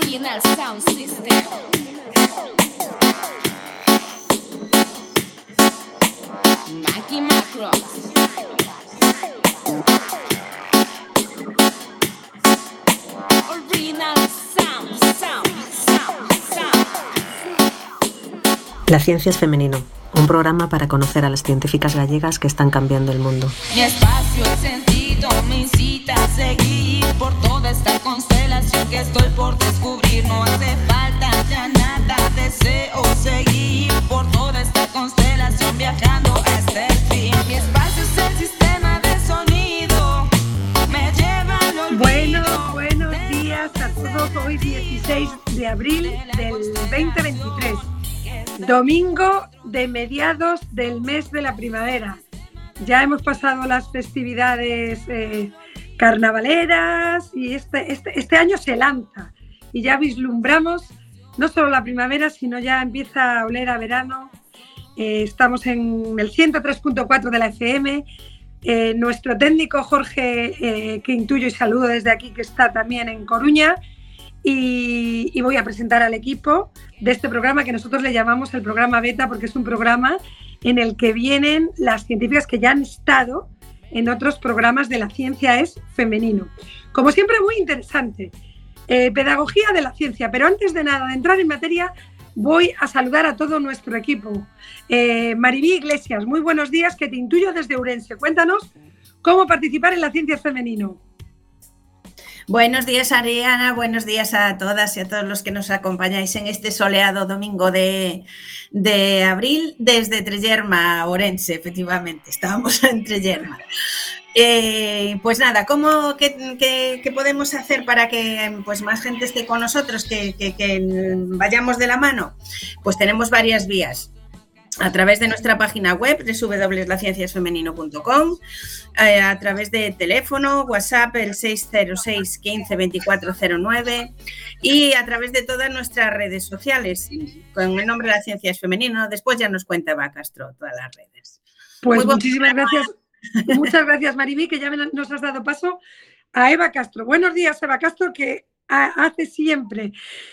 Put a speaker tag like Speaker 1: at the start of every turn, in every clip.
Speaker 1: Original Sound System. Mikey Macros. Original Sound.
Speaker 2: La ciencia es femenino, un programa para conocer a las científicas gallegas que están cambiando el mundo.
Speaker 1: Mi espacio, el sentido me incita a seguir por toda esta constelación que estoy por descubrir. No hace falta ya nada, deseo seguir por toda esta constelación viajando hasta el fin. Mi espacio es el sistema de sonido, me lleva al olvido.
Speaker 3: Buenos días a todos. Hoy 16 de abril del 2023. Domingo de mediados del mes de la primavera. Ya hemos pasado las festividades carnavaleras y este año se lanza y ya vislumbramos no solo la primavera, sino ya empieza a oler a verano. Estamos en el 103.4 de la FM. Nuestro técnico Jorge, que intuyo y saludo desde aquí, que está también en Coruña. Y voy a presentar al equipo de este programa que nosotros le llamamos el programa Beta, porque es un programa en el que vienen las científicas que ya han estado en otros programas de La Ciencia es Femenino. Como siempre, muy interesante. Pedagogía de la ciencia, pero antes de nada, de entrar en materia, voy a saludar a todo nuestro equipo. Maribí Iglesias, muy buenos días, que te intuyo desde Ourense. Cuéntanos cómo participar en La Ciencia es Femenino.
Speaker 4: Buenos días, Ariana, buenos días a todas y a todos los que nos acompañáis en este soleado domingo de abril desde Trellerma, Ourense, efectivamente, estábamos en Trellerma. Pues nada, ¿qué podemos hacer para que pues, más gente esté con nosotros, que vayamos de la mano? Pues tenemos varias vías. A través de nuestra página web www.lacienciasfemenino.com, a través de teléfono, WhatsApp, el 606 15 24 09 y a través de todas nuestras redes sociales con el nombre de La Ciencia es Femenino. Después ya nos cuenta Eva Castro todas las redes.
Speaker 3: Pues muchísimas gracias. Muchas gracias, Maribí, que ya nos has dado paso a Eva Castro. Buenos días, Eva Castro, que hace siempre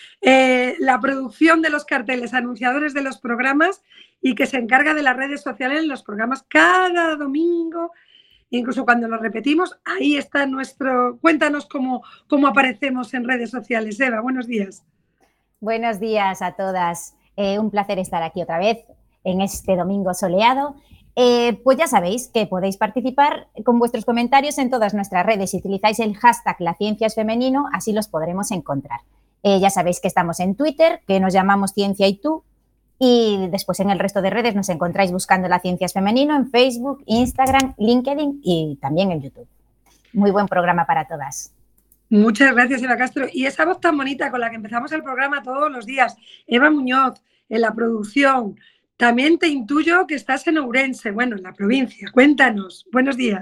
Speaker 3: la producción de los carteles, anunciadores de los programas y que se encarga de las redes sociales en los programas cada domingo, incluso cuando lo repetimos. Ahí está nuestro... Cuéntanos cómo aparecemos en redes sociales. Eva, buenos días.
Speaker 5: Buenos días a todas. Un placer estar aquí otra vez en este domingo soleado. Pues ya sabéis que podéis participar con vuestros comentarios en todas nuestras redes. Si utilizáis el hashtag La Ciencia es Femenino, así los podremos encontrar. Ya sabéis que estamos en Twitter, que nos llamamos Ciencia y Tú, y después en el resto de redes nos encontráis buscando La Ciencia es Femenino en Facebook, Instagram, LinkedIn y también en YouTube. Muy buen programa para todas.
Speaker 3: Muchas gracias, Eva Castro. Y esa voz tan bonita con la que empezamos el programa todos los días, Eva Muñoz, en la producción. También te intuyo que estás en Ourense, bueno, en la provincia. Cuéntanos. Buenos días.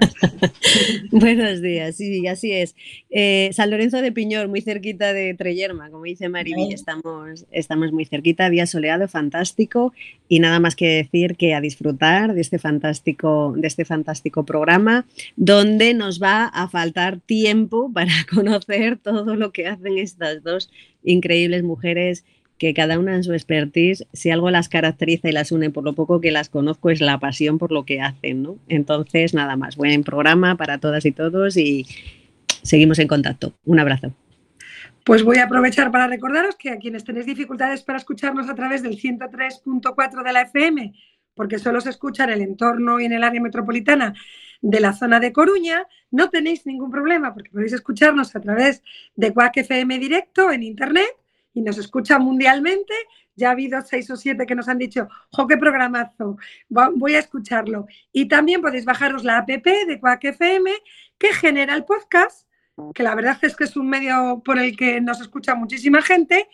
Speaker 6: Buenos días, sí, así es. San Lorenzo de Piñor, muy cerquita de Trellerma, como dice Maribí, estamos muy cerquita, día soleado, fantástico, y nada más que decir que a disfrutar de este fantástico programa, donde nos va a faltar tiempo para conocer todo lo que hacen estas dos increíbles mujeres, que cada una en su expertise, si algo las caracteriza y las une, por lo poco que las conozco, es la pasión por lo que hacen, ¿no? Entonces, nada más, buen programa para todas y todos y seguimos en contacto. Un abrazo.
Speaker 3: Pues voy a aprovechar para recordaros que a quienes tenéis dificultades para escucharnos a través del 103.4 de la FM, porque solo se escucha en el entorno y en el área metropolitana de la zona de Coruña, no tenéis ningún problema, porque podéis escucharnos a través de Quack FM directo en internet, y nos escucha mundialmente. Ya ha habido 6 o 7 que nos han dicho, ¡jo, qué programazo! Voy a escucharlo. Y también podéis bajaros la app de Quack FM, que genera el podcast, que la verdad es que es un medio por el que nos escucha muchísima gente,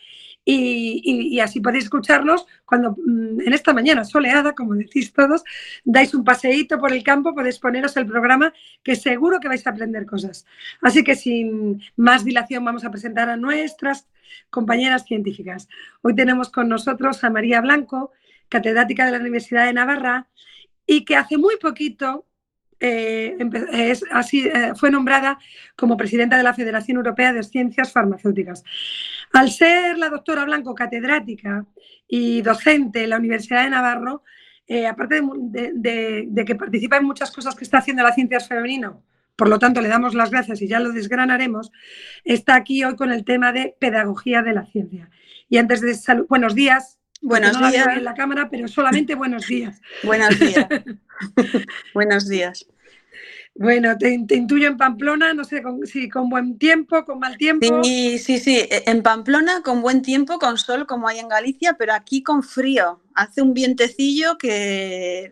Speaker 3: y así podéis escucharlos cuando en esta mañana soleada, como decís todos, dais un paseíto por el campo, podéis poneros el programa, que seguro que vais a aprender cosas. Así que sin más dilación vamos a presentar a nuestras compañeras científicas. Hoy tenemos con nosotros a María Blanco, catedrática de la Universidad de Navarra, y que hace muy poquito fue nombrada como presidenta de la Federación Europea de Ciencias Farmacéuticas. Al ser la doctora Blanco catedrática y docente en la Universidad de Navarra, aparte de que participa en muchas cosas que está haciendo la ciencia femenina, por lo tanto le damos las gracias y ya lo desgranaremos, está aquí hoy con el tema de pedagogía de la ciencia. Y antes de buenos días.
Speaker 7: Buenos días.
Speaker 3: No la veo en la cámara, pero solamente buenos días.
Speaker 7: Buenos días. Buenos días.
Speaker 3: Bueno, te intuyo en Pamplona, no sé si con buen tiempo, con mal tiempo.
Speaker 7: Sí, en Pamplona con buen tiempo, con sol como hay en Galicia, pero aquí con frío. Hace un vientecillo que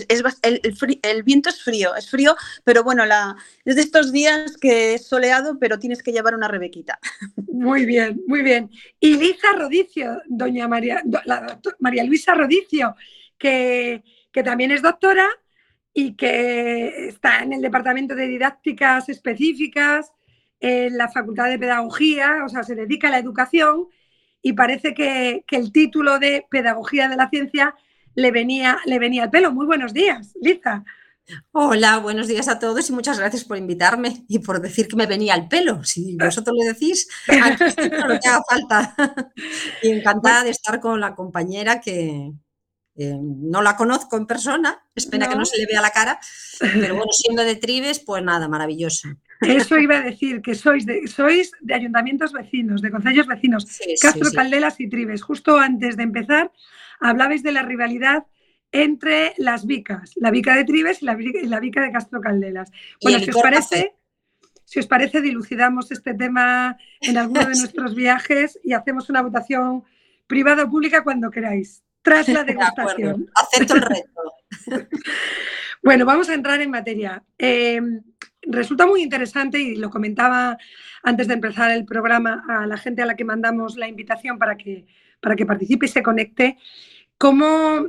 Speaker 7: el viento es frío, pero bueno, es de estos días que es soleado, pero tienes que llevar una rebequita.
Speaker 3: Muy bien, muy bien. Y Liza Rodicio, María Luisa Rodicio, que también es doctora y que está en el Departamento de Didácticas Específicas, en la Facultad de Pedagogía, o sea, se dedica a la educación y parece que el título de Pedagogía de la Ciencia le venía al pelo. Muy buenos días, Liza.
Speaker 8: Hola, buenos días a todos y muchas gracias por invitarme y por decir que me venía al pelo. Si vosotros lo decís, no lo que haga falta. Y encantada de estar con la compañera que no la conozco en persona, es pena que no se le vea la cara, pero bueno, siendo de Trives, pues nada, maravilloso.
Speaker 3: Eso iba a decir, que sois de ayuntamientos vecinos, de concellos vecinos, sí, Castro, sí. Caldelas y Trives. Justo antes de empezar, hablabais de la rivalidad entre las vicas, la vica de Trives y la vica de Castro Caldelas. Bueno, si os parece, dilucidamos este tema en alguno de nuestros viajes y hacemos una votación privada o pública cuando queráis. Tras la degustación.
Speaker 8: Acepto el reto.
Speaker 3: Bueno, vamos a entrar en materia. Resulta muy interesante, y lo comentaba antes de empezar el programa a la gente a la que mandamos la invitación para que participe y se conecte, cómo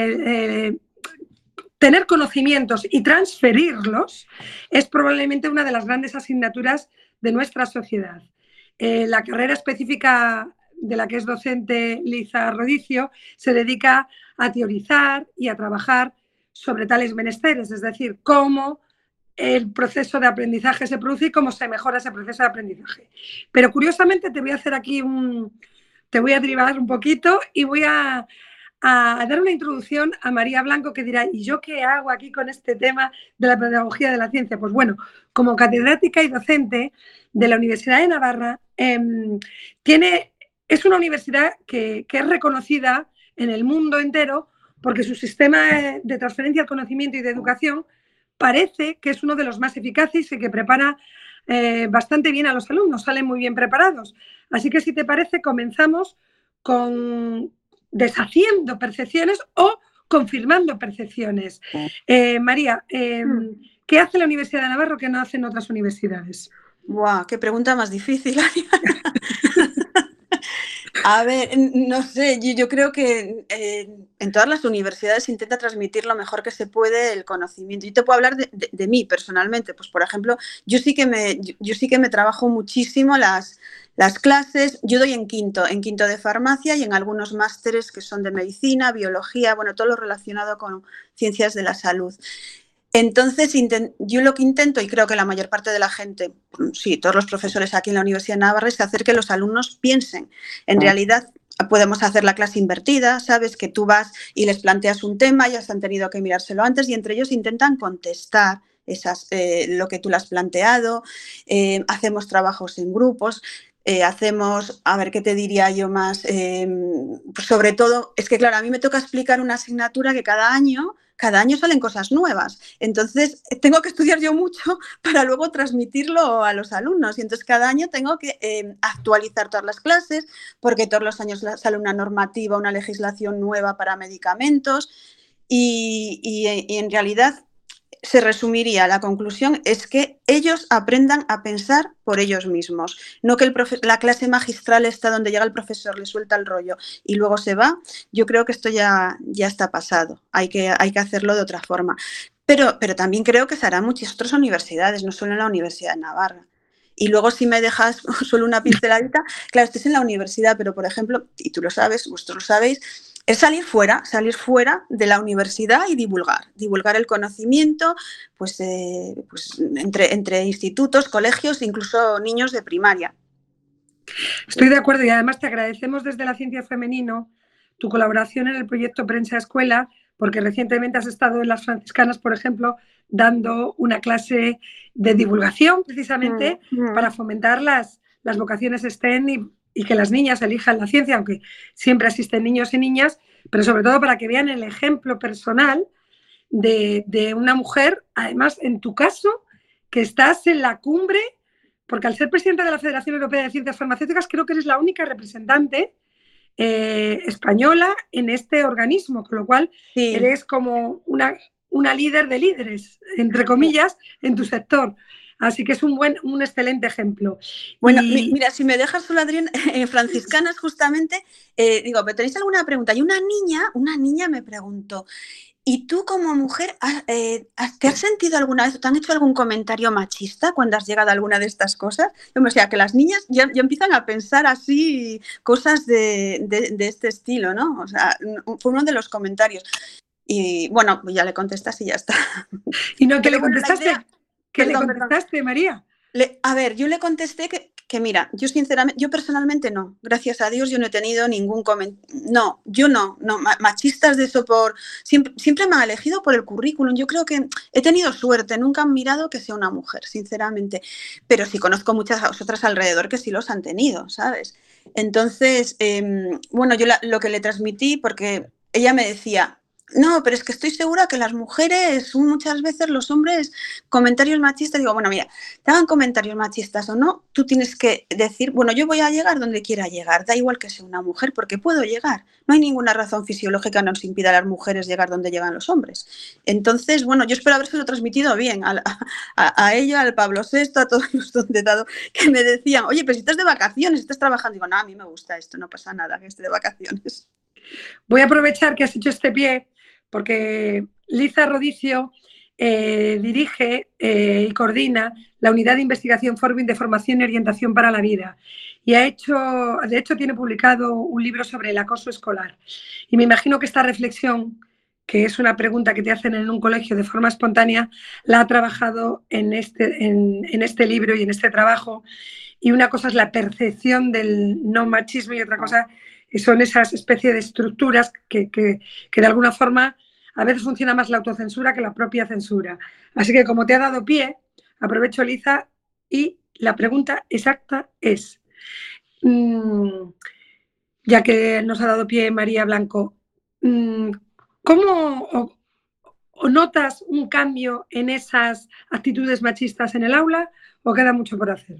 Speaker 3: tener conocimientos y transferirlos es probablemente una de las grandes asignaturas de nuestra sociedad. La carrera específica de la que es docente Liza Rodicio, se dedica a teorizar y a trabajar sobre tales menesteres, es decir, cómo el proceso de aprendizaje se produce y cómo se mejora ese proceso de aprendizaje. Pero curiosamente te voy a hacer aquí te voy a derivar un poquito y voy a dar una introducción a María Blanco, que dirá, ¿y yo qué hago aquí con este tema de la pedagogía de la ciencia? Pues bueno, como catedrática y docente de la Universidad de Navarra, es una universidad que es reconocida en el mundo entero porque su sistema de transferencia del conocimiento y de educación parece que es uno de los más eficaces y que prepara bastante bien a los alumnos, salen muy bien preparados. Así que si te parece, comenzamos con deshaciendo percepciones o confirmando percepciones. María, ¿qué hace la Universidad de Navarra que no hacen otras universidades?
Speaker 7: ¡Guau! ¡Qué pregunta más difícil, Ariana! A ver, no sé, yo creo que en todas las universidades se intenta transmitir lo mejor que se puede el conocimiento. Yo te puedo hablar de mí personalmente, pues por ejemplo, yo sí que me trabajo muchísimo las clases. Yo doy en quinto de farmacia y en algunos másteres que son de medicina, biología, bueno, todo lo relacionado con ciencias de la salud. Entonces, yo lo que intento, y creo que la mayor parte de la gente, sí, todos los profesores aquí en la Universidad de Navarra, es hacer que los alumnos piensen. En realidad, podemos hacer la clase invertida, ¿sabes? Que tú vas y les planteas un tema, ya se han tenido que mirárselo antes y entre ellos intentan contestar lo que tú le has planteado. Hacemos trabajos en grupos. Hacemos, a ver, ¿qué te diría yo más? Pues sobre todo, es que claro, a mí me toca explicar una asignatura que cada año salen cosas nuevas. Entonces, tengo que estudiar yo mucho para luego transmitirlo a los alumnos. Y entonces, cada año tengo que actualizar todas las clases porque todos los años sale una normativa, una legislación nueva para medicamentos. Y en realidad, se resumiría, la conclusión es que ellos aprendan a pensar por ellos mismos, no que la clase magistral está donde llega el profesor, le suelta el rollo y luego se va. Yo creo que esto ya está pasado, hay que hacerlo de otra forma. Pero también creo que se hará en muchas otras universidades, no solo en la Universidad de Navarra. Y luego, si me dejas solo una pinceladita, claro, esto es en la universidad, pero por ejemplo, y tú lo sabes, vosotros lo sabéis, es salir fuera de la universidad y divulgar el conocimiento, pues entre institutos, colegios, incluso niños de primaria.
Speaker 3: Estoy de acuerdo y además te agradecemos desde la Ciencia Femenino tu colaboración en el proyecto Prensa Escuela, porque recientemente has estado en las franciscanas, por ejemplo, dando una clase de divulgación precisamente para fomentar las vocaciones STEM y que las niñas elijan la ciencia, aunque siempre asisten niños y niñas, pero sobre todo para que vean el ejemplo personal de una mujer, además en tu caso, que estás en la cumbre, porque al ser presidenta de la Federación Europea de Ciencias Farmacéuticas creo que eres la única representante española en este organismo, con lo cual eres como una líder de líderes, entre comillas, en tu sector. Así que es un excelente ejemplo.
Speaker 7: Bueno, mira, si me dejas solo, Adrián, franciscanas justamente, digo, ¿pero tenéis alguna pregunta? Y una niña me preguntó, ¿y tú como mujer te has sentido alguna vez, te han hecho algún comentario machista cuando has llegado a alguna de estas cosas? O sea, que las niñas ya empiezan a pensar así cosas de este estilo, ¿no? O sea, fue uno de los comentarios. Y bueno, pues ya le contestas y ya está.
Speaker 3: ¿Y no, qué le contestaste? ¿Qué le contestaste, María?
Speaker 7: A ver, yo le contesté que mira, yo personalmente no, gracias a Dios yo no he tenido ningún comentario, no, machistas de eso siempre me han elegido por el currículum, yo creo que he tenido suerte, nunca han mirado que sea una mujer, sinceramente, pero sí conozco muchas otras alrededor que sí los han tenido, ¿sabes? Entonces, bueno, yo lo que le transmití, porque ella me decía, no, pero es que estoy segura que las mujeres, muchas veces los hombres, comentarios machistas, digo, bueno, mira, te hagan comentarios machistas o no, tú tienes que decir, bueno, yo voy a llegar donde quiera llegar, da igual que sea una mujer, porque puedo llegar. No hay ninguna razón fisiológica que nos impida a las mujeres llegar donde llegan los hombres. Entonces, bueno, yo espero habérselo transmitido bien a ella, al Pablo VI, a todos los donde dado, que me decían, oye, pero si estás de vacaciones, estás trabajando, digo, no, a mí me gusta esto, no pasa nada que esté de vacaciones.
Speaker 3: Voy a aprovechar que has hecho este pie, porque Liza Rodicio dirige y coordina la unidad de investigación Forbin de formación y orientación para la vida y de hecho tiene publicado un libro sobre el acoso escolar. Y me imagino que esta reflexión, que es una pregunta que te hacen en un colegio de forma espontánea, la ha trabajado en este libro y en este trabajo. Y una cosa es la percepción del no machismo y otra cosa son esas especies de estructuras que de alguna forma a veces funciona más la autocensura que la propia censura. Así que como te ha dado pie, aprovecho, Liza, y la pregunta exacta es, ya que nos ha dado pie María Blanco, ¿cómo o notas un cambio en esas actitudes machistas en el aula o queda mucho por hacer?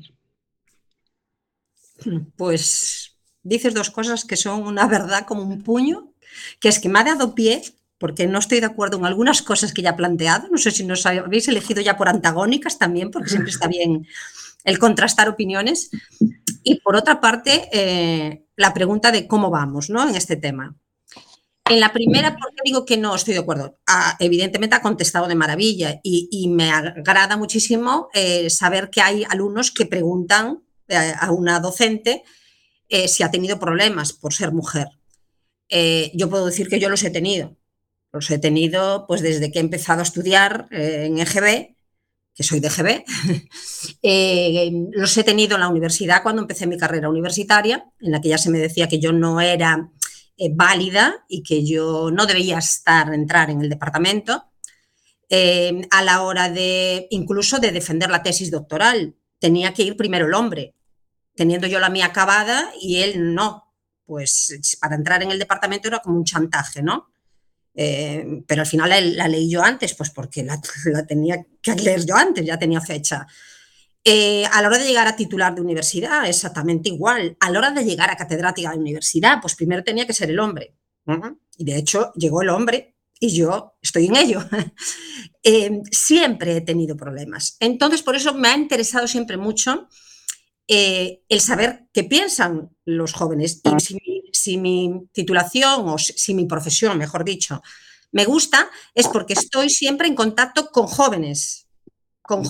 Speaker 8: Pues dices dos cosas que son una verdad como un puño, que es que me ha dado pie, porque no estoy de acuerdo en algunas cosas que ya ha planteado, no sé si nos habéis elegido ya por antagónicas también, porque siempre está bien el contrastar opiniones, y por otra parte, la pregunta de cómo vamos, ¿no?, en este tema. En la primera, ¿por qué digo que no estoy de acuerdo? Evidentemente ha contestado de maravilla y me agrada muchísimo saber que hay alumnos que preguntan a una docente si ha tenido problemas por ser mujer. Yo puedo decir que yo los he tenido pues desde que he empezado a estudiar en EGB, que soy de EGB, los he tenido en la universidad cuando empecé mi carrera universitaria, en la que ya se me decía que yo no era válida y que yo no debía entrar en el departamento. A la hora de incluso de defender la tesis doctoral, tenía que ir primero el hombre, teniendo yo la mía acabada y él no. Pues para entrar en el departamento era como un chantaje, ¿no? Pero al final la leí yo antes, pues porque la tenía que leer yo antes, ya tenía fecha. A la hora de llegar a titular de universidad, exactamente igual. A la hora de llegar a catedrática de universidad, pues primero tenía que ser el hombre. Y de hecho llegó el hombre y yo estoy en ello. Siempre he tenido problemas. Entonces, por eso me ha interesado siempre mucho el saber qué piensan los jóvenes. Y si mi titulación o si mi profesión, mejor dicho, me gusta, es porque estoy siempre en contacto con jóvenes, con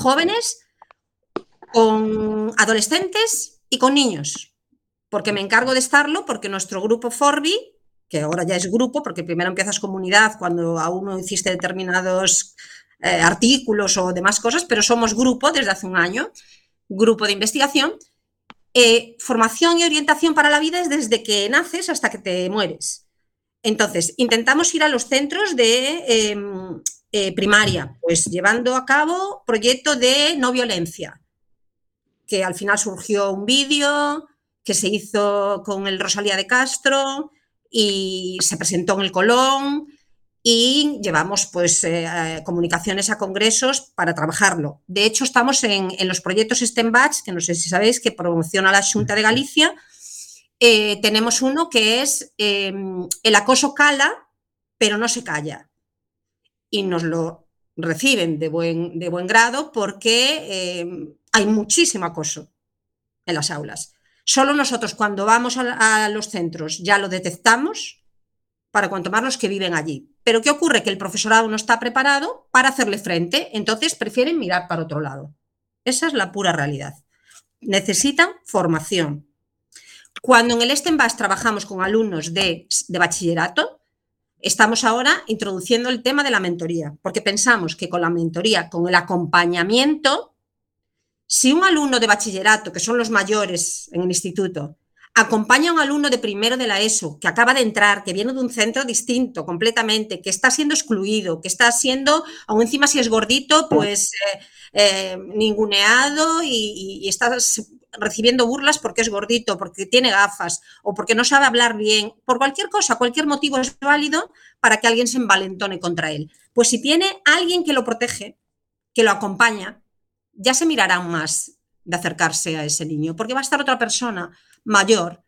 Speaker 8: adolescentes y con niños, porque me encargo de estarlo, porque nuestro grupo Forbi, que ahora ya es grupo, porque primero empiezas comunidad cuando aún no hiciste determinados artículos o demás cosas, pero somos grupo desde hace un año, grupo de investigación. Formación y orientación para la vida es desde que naces hasta que te mueres. Entonces, intentamos ir a los centros de primaria, pues llevando a cabo proyecto de no violencia, que al final surgió un vídeo que se hizo con el Rosalía de Castro y se presentó en el Colón, y llevamos pues comunicaciones a congresos para trabajarlo. De hecho, estamos en los proyectos STEM-Batch, que no sé si sabéis, que promociona la Xunta de Galicia. Tenemos uno que es el acoso cala, pero no se calla. Y nos lo reciben de buen grado porque hay muchísimo acoso en las aulas. Solo nosotros, cuando vamos a los centros, ya lo detectamos para tomar los que viven allí. Pero ¿qué ocurre? Que el profesorado no está preparado para hacerle frente, entonces prefieren mirar para otro lado. Esa es la pura realidad. Necesitan formación. Cuando en el STEM-Batch trabajamos con alumnos de bachillerato, estamos ahora introduciendo el tema de la mentoría, porque pensamos que con la mentoría, con el acompañamiento, si un alumno de bachillerato, que son los mayores en el instituto, acompaña a un alumno de primero de la ESO, que acaba de entrar, que viene de un centro distinto completamente, que está siendo excluido, que está siendo, aún encima si es gordito, pues ninguneado y está recibiendo burlas porque es gordito, porque tiene gafas o porque no sabe hablar bien, por cualquier cosa, cualquier motivo es válido para que alguien se envalentone contra él. Pues si tiene alguien que lo protege, que lo acompaña, ya se mirará más de acercarse a ese niño, porque va a estar otra persona mayor,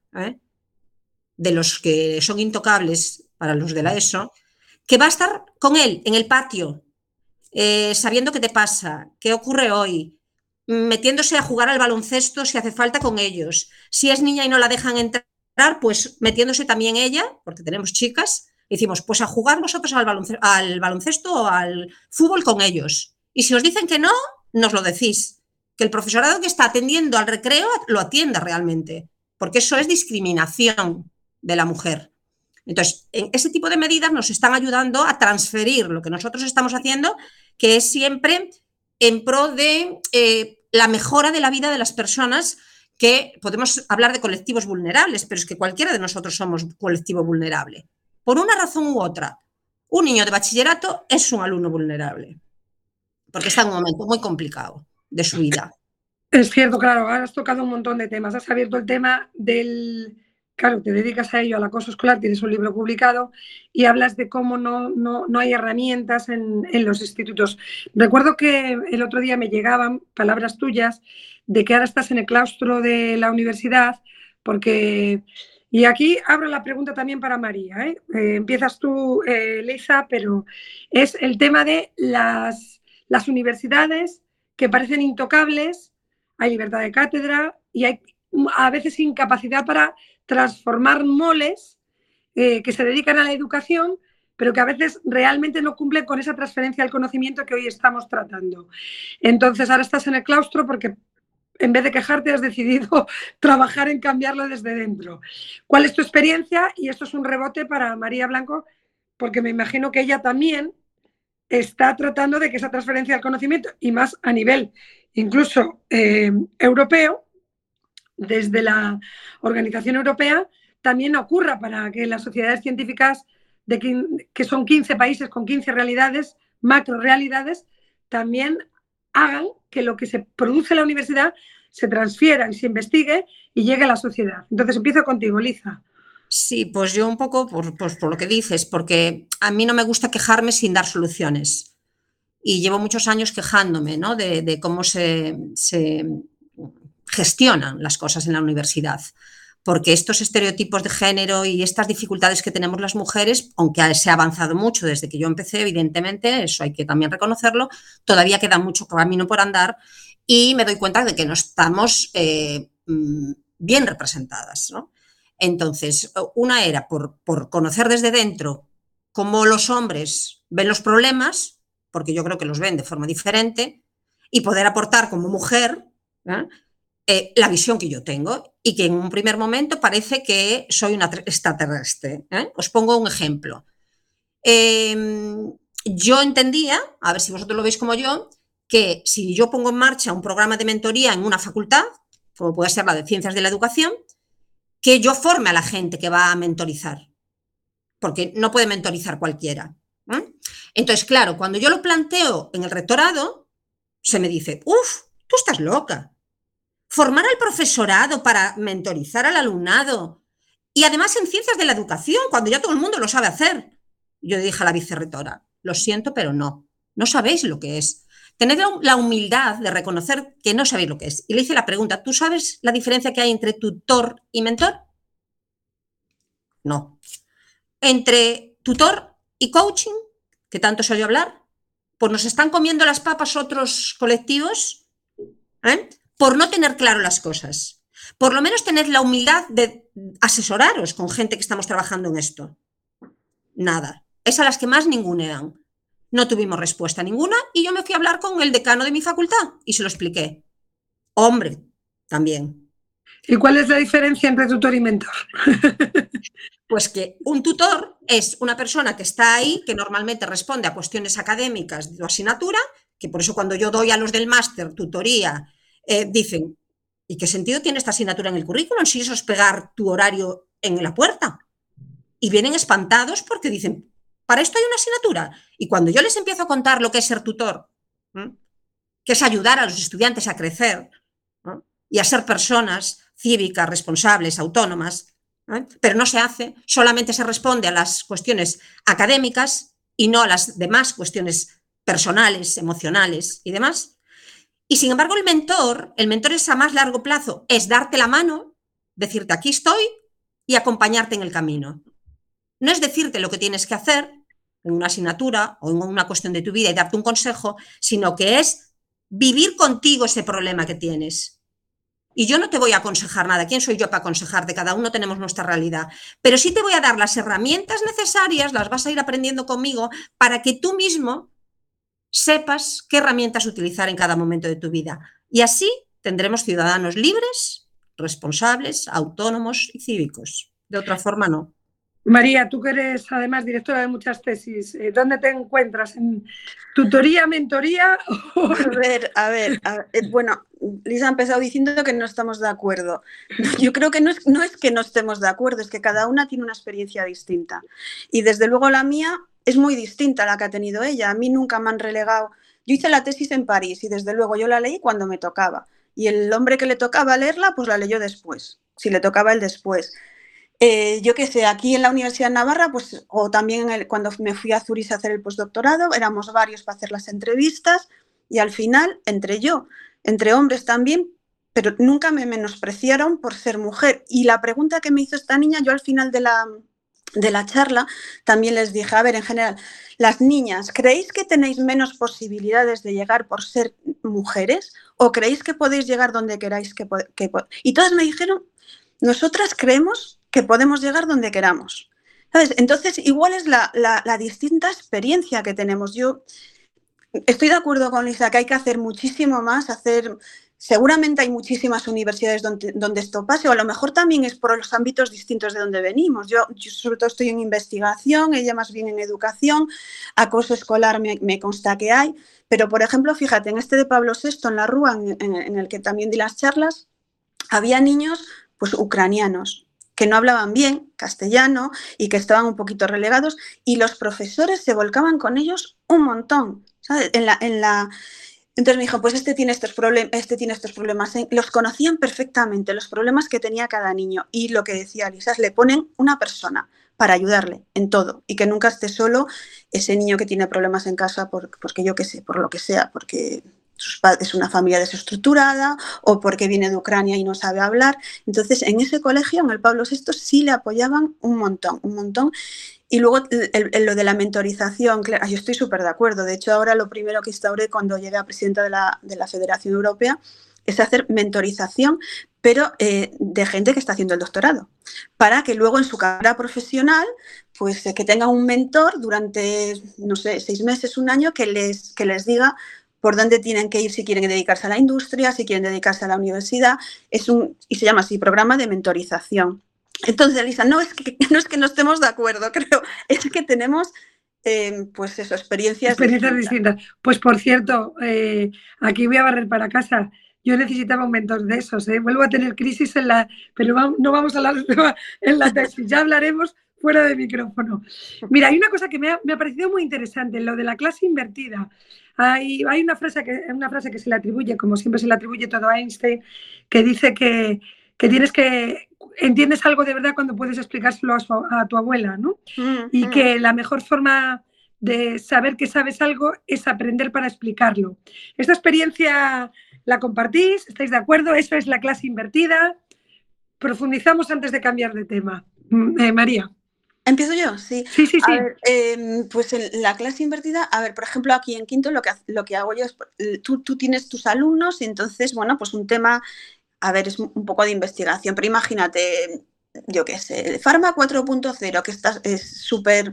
Speaker 8: de los que son intocables para los de la ESO, que va a estar con él en el patio, sabiendo qué te pasa, qué ocurre hoy, metiéndose a jugar al baloncesto si hace falta con ellos. Si es niña y no la dejan entrar, pues metiéndose también ella, porque tenemos chicas, y decimos, pues a jugar vosotros al baloncesto o al fútbol con ellos. Y si os dicen que no, nos lo decís. Que el profesorado que está atendiendo al recreo lo atienda realmente, porque eso es discriminación de la mujer. Entonces, en ese tipo de medidas nos están ayudando a transferir lo que nosotros estamos haciendo, que es siempre en pro de la mejora de la vida de las personas, que podemos hablar de colectivos vulnerables, pero es que cualquiera de nosotros somos colectivo vulnerable. Por una razón u otra, un niño de bachillerato es un alumno vulnerable, porque está en un momento muy complicado de su vida.
Speaker 3: Es cierto, claro, has tocado un montón de temas. Has abierto el tema del... Claro, te dedicas a ello, al acoso escolar, tienes un libro publicado y hablas de cómo no hay herramientas en los institutos. Recuerdo que el otro día me llegaban palabras tuyas de que ahora estás en el claustro de la universidad, porque... Y aquí abro la pregunta también para María. Empiezas tú, Leiza, pero es el tema de las universidades que parecen intocables, hay libertad de cátedra y hay a veces incapacidad para transformar moles que se dedican a la educación, pero que a veces realmente no cumplen con esa transferencia del conocimiento que hoy estamos tratando. Entonces, ahora estás en el claustro porque en vez de quejarte has decidido trabajar en cambiarlo desde dentro. ¿Cuál es tu experiencia? Y esto es un rebote para María Blanco, porque me imagino que ella también está tratando de que esa transferencia del conocimiento, y más a nivel incluso europeo, desde la Organización Europea, también ocurra para que las sociedades científicas, que son 15 países con 15 realidades, macro realidades, también hagan que lo que se produce en la universidad se transfiera y se investigue y llegue a la sociedad. Entonces empiezo contigo, Liza.
Speaker 8: Sí, pues yo un poco por lo que dices, porque a mí no me gusta quejarme sin dar soluciones. Y llevo muchos años quejándome, ¿no?, de cómo se gestionan las cosas en la universidad. Porque estos estereotipos de género y estas dificultades que tenemos las mujeres, aunque se ha avanzado mucho desde que yo empecé, evidentemente, eso hay que también reconocerlo, todavía queda mucho camino por andar y me doy cuenta de que no estamos bien representadas, ¿no? Entonces, una era por conocer desde dentro cómo los hombres ven los problemas, porque yo creo que los ven de forma diferente, y poder aportar como mujer, ¿eh?, la visión que yo tengo y que en un primer momento parece que soy una extraterrestre. Os pongo un ejemplo. Yo entendía, a ver si vosotros lo veis como yo, que si yo pongo en marcha un programa de mentoría en una facultad, como puede ser la de Ciencias de la Educación, que yo forme a la gente que va a mentorizar, porque no puede mentorizar cualquiera. Entonces, claro, cuando yo lo planteo en el rectorado, se me dice, tú estás loca. Formar al profesorado para mentorizar al alumnado y además en Ciencias de la Educación, cuando ya todo el mundo lo sabe hacer. Yo dije a la vicerrectora, lo siento, pero no sabéis lo que es. Tened la humildad de reconocer que no sabéis lo que es. Y le hice la pregunta, ¿tú sabes la diferencia que hay entre tutor y mentor? No. Entre tutor y coaching, que tanto se oye hablar, pues nos están comiendo las papas otros colectivos, por no tener claro las cosas. Por lo menos tened la humildad de asesoraros con gente que estamos trabajando en esto. Nada. Es a las que más ningunean. No tuvimos respuesta ninguna y yo me fui a hablar con el decano de mi facultad y se lo expliqué. Hombre, también.
Speaker 3: ¿Y cuál es la diferencia entre tutor y mentor?
Speaker 8: Pues que un tutor es una persona que está ahí, que normalmente responde a cuestiones académicas de tu asignatura, que por eso cuando yo doy a los del máster tutoría, dicen, ¿y qué sentido tiene esta asignatura en el currículum si eso es pegar tu horario en la puerta? Y vienen espantados porque dicen, ¿para esto hay una asignatura? Y cuando yo les empiezo a contar lo que es ser tutor, que es ayudar a los estudiantes a crecer y a ser personas cívicas, responsables, autónomas, pero no se hace, solamente se responde a las cuestiones académicas y no a las demás cuestiones personales, emocionales y demás. Y sin embargo el mentor es a más largo plazo, es darte la mano, decirte aquí estoy y acompañarte en el camino. No es decirte lo que tienes que hacer en una asignatura o en una cuestión de tu vida y darte un consejo, sino que es vivir contigo ese problema que tienes. Y yo no te voy a aconsejar nada. ¿Quién soy yo para aconsejarte? Cada uno tenemos nuestra realidad. Pero sí te voy a dar las herramientas necesarias, las vas a ir aprendiendo conmigo, para que tú mismo sepas qué herramientas utilizar en cada momento de tu vida. Y así tendremos ciudadanos libres, responsables, autónomos y cívicos. De otra forma, no.
Speaker 3: María, tú que eres además directora de muchas tesis, ¿dónde te encuentras? ¿En tutoría, mentoría?
Speaker 7: A ver, bueno, Lisa ha empezado diciendo que no estamos de acuerdo. Yo creo que no es que no estemos de acuerdo, es que cada una tiene una experiencia distinta. Y desde luego la mía es muy distinta a la que ha tenido ella. A mí nunca me han relegado. Yo hice la tesis en París y desde luego yo la leí cuando me tocaba. Y el hombre que le tocaba leerla, pues la leyó después, si le tocaba él después. Yo qué sé, aquí en la Universidad de Navarra, pues, o también cuando me fui a Zurich a hacer el postdoctorado, éramos varios para hacer las entrevistas y al final, entre hombres también, pero nunca me menospreciaron por ser mujer. Y la pregunta que me hizo esta niña, yo al final de la charla también les dije, a ver, en general, las niñas, ¿creéis que tenéis menos posibilidades de llegar por ser mujeres? ¿O creéis que podéis llegar donde queráis Y todas me dijeron, nosotras creemos que podemos llegar donde queramos. ¿Sabes? Entonces, igual es la distinta experiencia que tenemos. Yo estoy de acuerdo con Lisa que hay que hacer muchísimo más, seguramente hay muchísimas universidades donde esto pase, o a lo mejor también es por los ámbitos distintos de donde venimos. Yo sobre todo estoy en investigación, ella más bien en educación, acoso escolar me consta que hay, pero por ejemplo, fíjate, en este de Pablo VI, en la Rúa, en el que también di las charlas, había niños pues ucranianos que no hablaban bien castellano y que estaban un poquito relegados y los profesores se volcaban con ellos un montón, ¿sabes? Entonces me dijo, pues este tiene estos problemas. Los conocían perfectamente, los problemas que tenía cada niño y lo que decía Lisa es le ponen una persona para ayudarle en todo y que nunca esté solo ese niño que tiene problemas en casa porque yo qué sé, por lo que sea, porque sus padres es una familia desestructurada o porque viene de Ucrania y no sabe hablar. Entonces, en ese colegio, en el Pablo VI, sí le apoyaban un montón. Y luego lo de la mentorización, claro, yo estoy súper de acuerdo. De hecho, ahora lo primero que instauré cuando llegué a presidenta de la Federación Europea es hacer mentorización, pero de gente que está haciendo el doctorado, para que luego en su carrera profesional, pues que tenga un mentor durante, no sé, 6 meses, un año, que les diga por dónde tienen que ir si quieren dedicarse a la industria, si quieren dedicarse a la universidad. Y se llama así, programa de mentorización. Entonces, Elisa, no es que no estemos de acuerdo, creo, es que tenemos pues eso, experiencias
Speaker 3: distintas. Pues por cierto, aquí voy a barrer para casa. Yo necesitaba un mentor de esos, ¿eh? Vuelvo a tener crisis pero no vamos a hablar de tema en la tesis, ya hablaremos fuera de micrófono. Mira, hay una cosa que me ha parecido muy interesante, lo de la clase invertida. Hay una frase que se le atribuye, como siempre se le atribuye todo a Einstein, que dice que entiendes algo de verdad cuando puedes explicárselo a tu abuela, ¿no? Y que la mejor forma de saber que sabes algo es aprender para explicarlo. Esta experiencia la compartís, ¿estáis de acuerdo? Eso es la clase invertida. Profundizamos antes de cambiar de tema. María.
Speaker 7: ¿Empiezo yo? Sí.
Speaker 3: Sí.
Speaker 7: A ver, pues en la clase invertida, a ver, por ejemplo, aquí en quinto lo que hago yo es, tú tienes tus alumnos y entonces, bueno, pues un tema, a ver, es un poco de investigación, pero imagínate, yo qué sé, Pharma 4.0, que es súper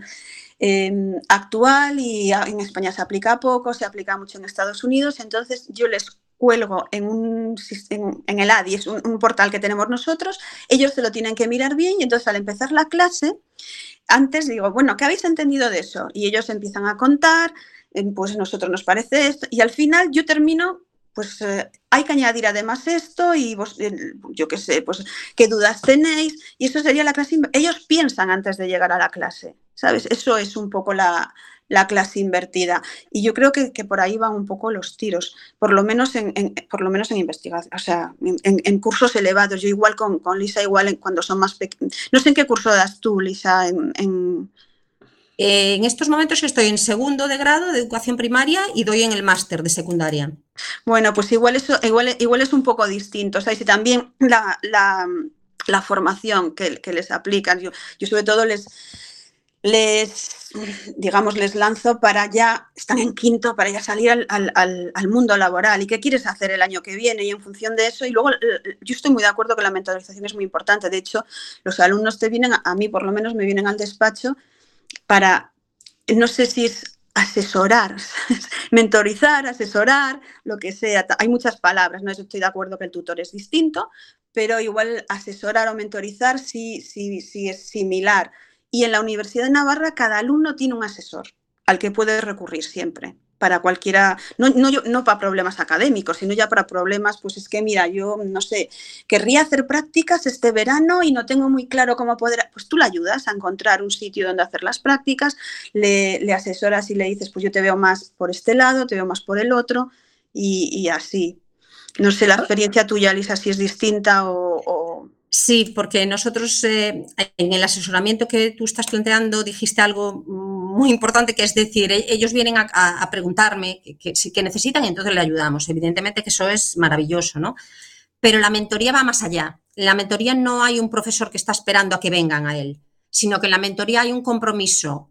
Speaker 7: actual y en España se aplica poco, se aplica mucho en Estados Unidos, entonces yo les cuelgo en el ADI, es un portal que tenemos nosotros, ellos se lo tienen que mirar bien y entonces al empezar la clase, antes digo, bueno, ¿qué habéis entendido de eso? Y ellos empiezan a contar, pues a nosotros nos parece esto, y al final yo termino, pues hay que añadir además esto y vos, yo qué sé, pues qué dudas tenéis, y eso sería la clase, ellos piensan antes de llegar a la clase, ¿sabes? Eso es un poco la clase invertida. Y yo creo que por ahí van un poco los tiros, por lo menos en investigación, o sea, en cursos elevados. Yo igual con Lisa, igual cuando son más pequeños. No sé en qué curso das tú, Lisa,
Speaker 8: En estos momentos estoy en segundo de grado de educación primaria y doy en el máster de secundaria.
Speaker 7: Bueno, pues igual es un poco distinto, ¿sabes? Y también la formación que les aplican. Yo sobre todo les lanzo para ya, están en quinto, para ya salir al mundo laboral. ¿Y qué quieres hacer el año que viene? Y en función de eso, y luego yo estoy muy de acuerdo que la mentorización es muy importante. De hecho, los alumnos a mí por lo menos me vienen al despacho para, no sé si es asesorar, mentorizar, asesorar, lo que sea. Hay muchas palabras, ¿no? Estoy de acuerdo que el tutor es distinto, pero igual asesorar o mentorizar sí es similar. Y en la Universidad de Navarra cada alumno tiene un asesor al que puede recurrir siempre, para cualquiera, no para problemas académicos, sino ya para problemas, pues es que mira, yo no sé, querría hacer prácticas este verano y no tengo muy claro cómo poder, pues tú le ayudas a encontrar un sitio donde hacer las prácticas, le asesoras y le dices, pues yo te veo más por este lado, te veo más por el otro y así. No sé, la experiencia tuya, Lisa, si es distinta o...
Speaker 8: Sí, porque nosotros en el asesoramiento que tú estás planteando dijiste algo muy importante, que es decir, ellos vienen a preguntarme qué necesitan y entonces le ayudamos. Evidentemente que eso es maravilloso, ¿no? Pero la mentoría va más allá. En la mentoría no hay un profesor que está esperando a que vengan a él, sino que en la mentoría hay un compromiso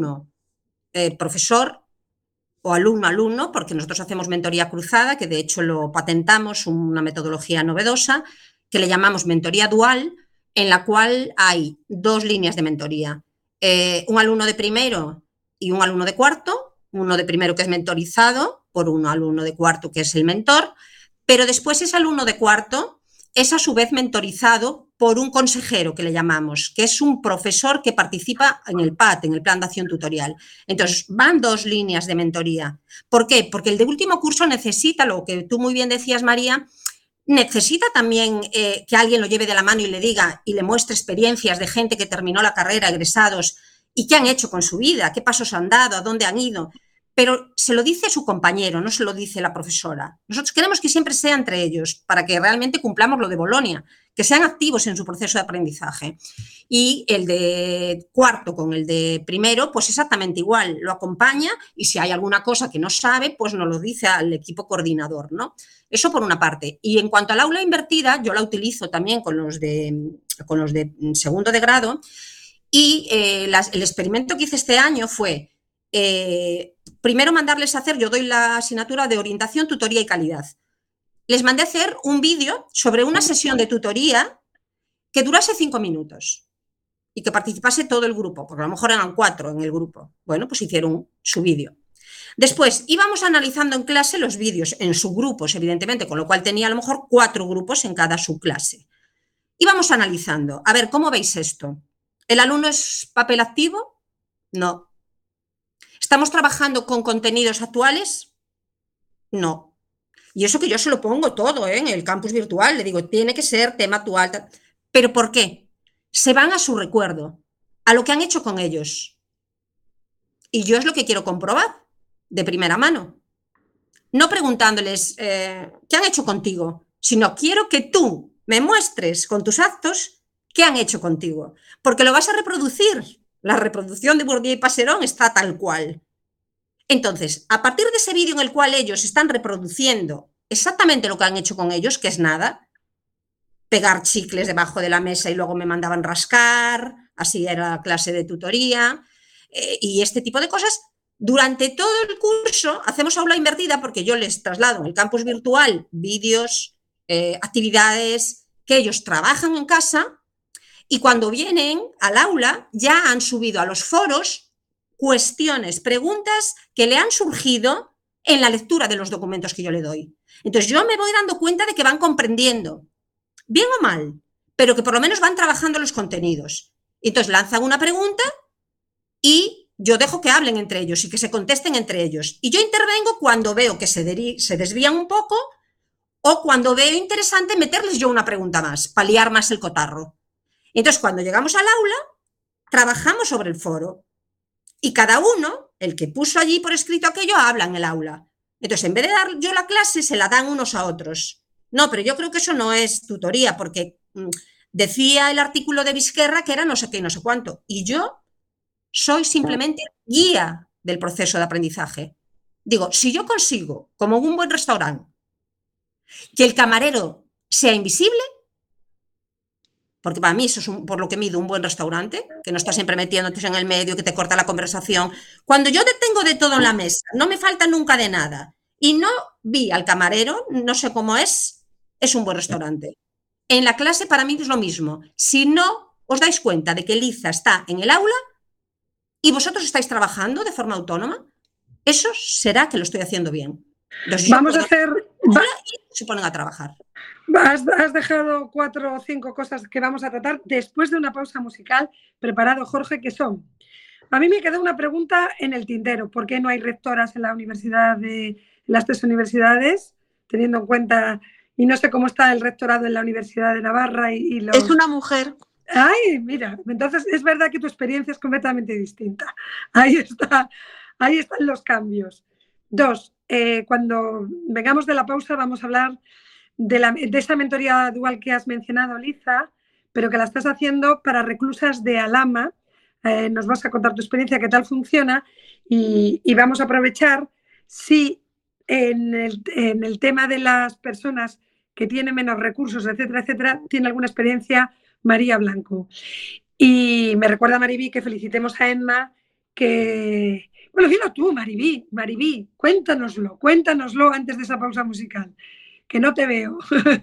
Speaker 8: alumno-profesor o alumno-alumno, porque nosotros hacemos mentoría cruzada, que de hecho lo patentamos, una metodología novedosa, que le llamamos mentoría dual, en la cual hay dos líneas de mentoría. Un alumno de primero y un alumno de cuarto, uno de primero que es mentorizado por un alumno de cuarto que es el mentor, pero después ese alumno de cuarto es a su vez mentorizado por un consejero que le llamamos, que es un profesor que participa en el PAT, en el Plan de Acción Tutorial. Entonces, van dos líneas de mentoría. ¿Por qué? Porque el de último curso necesita, lo que tú muy bien decías, María, necesita también que alguien lo lleve de la mano y le diga y le muestre experiencias de gente que terminó la carrera, egresados, y qué han hecho con su vida, qué pasos han dado, a dónde han ido. Pero se lo dice su compañero, no se lo dice la profesora. Nosotros queremos que siempre sea entre ellos para que realmente cumplamos lo de Bolonia, que sean activos en su proceso de aprendizaje. Y el de cuarto con el de primero, pues exactamente igual, lo acompaña y si hay alguna cosa que no sabe, pues nos lo dice al equipo coordinador, ¿no? Eso por una parte. Y en cuanto al aula invertida, yo la utilizo también con los de segundo de grado y el experimento que hice este año fue primero mandarles a hacer, yo doy la asignatura de orientación, tutoría y calidad. Les mandé a hacer un vídeo sobre una sesión de tutoría que durase 5 minutos y que participase todo el grupo, porque a lo mejor eran 4 en el grupo. Bueno, pues hicieron su vídeo. Después íbamos analizando en clase los vídeos en subgrupos, evidentemente, con lo cual tenía a lo mejor 4 grupos en cada subclase. Íbamos analizando, a ver, ¿cómo veis esto? ¿El alumno es papel activo? No. ¿Estamos trabajando con contenidos actuales? No. Y eso que yo se lo pongo todo en el campus virtual, le digo, tiene que ser tema actual. ¿Pero por qué? Se van a su recuerdo, a lo que han hecho con ellos. Y yo es lo que quiero comprobar, de primera mano. No preguntándoles, ¿qué han hecho contigo? Sino quiero que tú me muestres con tus actos qué han hecho contigo. Porque lo vas a reproducir. La reproducción de Bourdieu y Passerón está tal cual. Entonces, a partir de ese vídeo en el cual ellos están reproduciendo exactamente lo que han hecho con ellos, que es nada, pegar chicles debajo de la mesa y luego me mandaban rascar, así era la clase de tutoría, y este tipo de cosas. Durante todo el curso hacemos aula invertida porque yo les traslado en el campus virtual vídeos, actividades que ellos trabajan en casa, y cuando vienen al aula ya han subido a los foros cuestiones, preguntas que le han surgido en la lectura de los documentos que yo le doy. Entonces yo me voy dando cuenta de que van comprendiendo, bien o mal, pero que por lo menos van trabajando los contenidos. Entonces lanzan una pregunta y yo dejo que hablen entre ellos y que se contesten entre ellos. Y yo intervengo cuando veo que se desvían un poco o cuando veo interesante meterles yo una pregunta más, paliar más el cotarro. Entonces cuando llegamos al aula, trabajamos sobre el foro. Y cada uno, el que puso allí por escrito aquello, habla en el aula. Entonces, en vez de dar yo la clase, se la dan unos a otros. No, pero yo creo que eso no es tutoría, porque decía el artículo de Vizquerra que era no sé qué y no sé cuánto. Y yo soy simplemente guía del proceso de aprendizaje. Digo, si yo consigo, como en un buen restaurante, que el camarero sea invisible, porque para mí eso es por lo que mido un buen restaurante, que no está siempre metiéndote en el medio, que te corta la conversación. Cuando yo tengo de todo en la mesa, no me falta nunca de nada, y no vi al camarero, no sé cómo es un buen restaurante. En la clase para mí es lo mismo. Si no os dais cuenta de que Liza está en el aula y vosotros estáis trabajando de forma autónoma, eso será que lo estoy haciendo bien. Entonces,
Speaker 3: vamos a hacer...
Speaker 8: Y se ponen a trabajar.
Speaker 3: Has dejado 4 o 5 cosas que vamos a tratar después de una pausa musical. Preparado, Jorge, que son. A mí me quedó una pregunta en el tintero. ¿Por qué no hay rectoras en la universidad en las 3 universidades? Teniendo en cuenta, y no sé cómo está el rectorado en la Universidad de Navarra y los...
Speaker 7: Es una mujer.
Speaker 3: Ay, mira, entonces es verdad que tu experiencia es completamente distinta. Ahí están los cambios. 2, cuando vengamos de la pausa vamos a hablar de esa mentoría dual que has mencionado, Liza, pero que la estás haciendo para reclusas de Alhama. Nos vas a contar tu experiencia, qué tal funciona, y vamos a aprovechar si en el tema de las personas que tienen menos recursos, etcétera, etcétera, tiene alguna experiencia María Blanco. Y me recuerda, Maribí, que felicitemos a Emma, que... Bueno, dilo tú, Maribí, cuéntanoslo antes de esa pausa musical, que no te veo.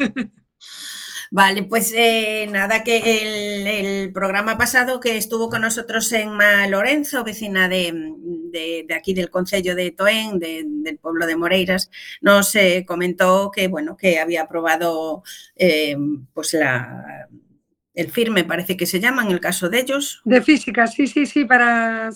Speaker 4: Vale, pues nada, que el programa pasado que estuvo con nosotros Emma Lorenzo, vecina de aquí del concello de Toén, del pueblo de Moreiras, nos comentó que, bueno, que había aprobado pues el FIRME, parece que se llama en el caso de ellos.
Speaker 3: De física, sí, para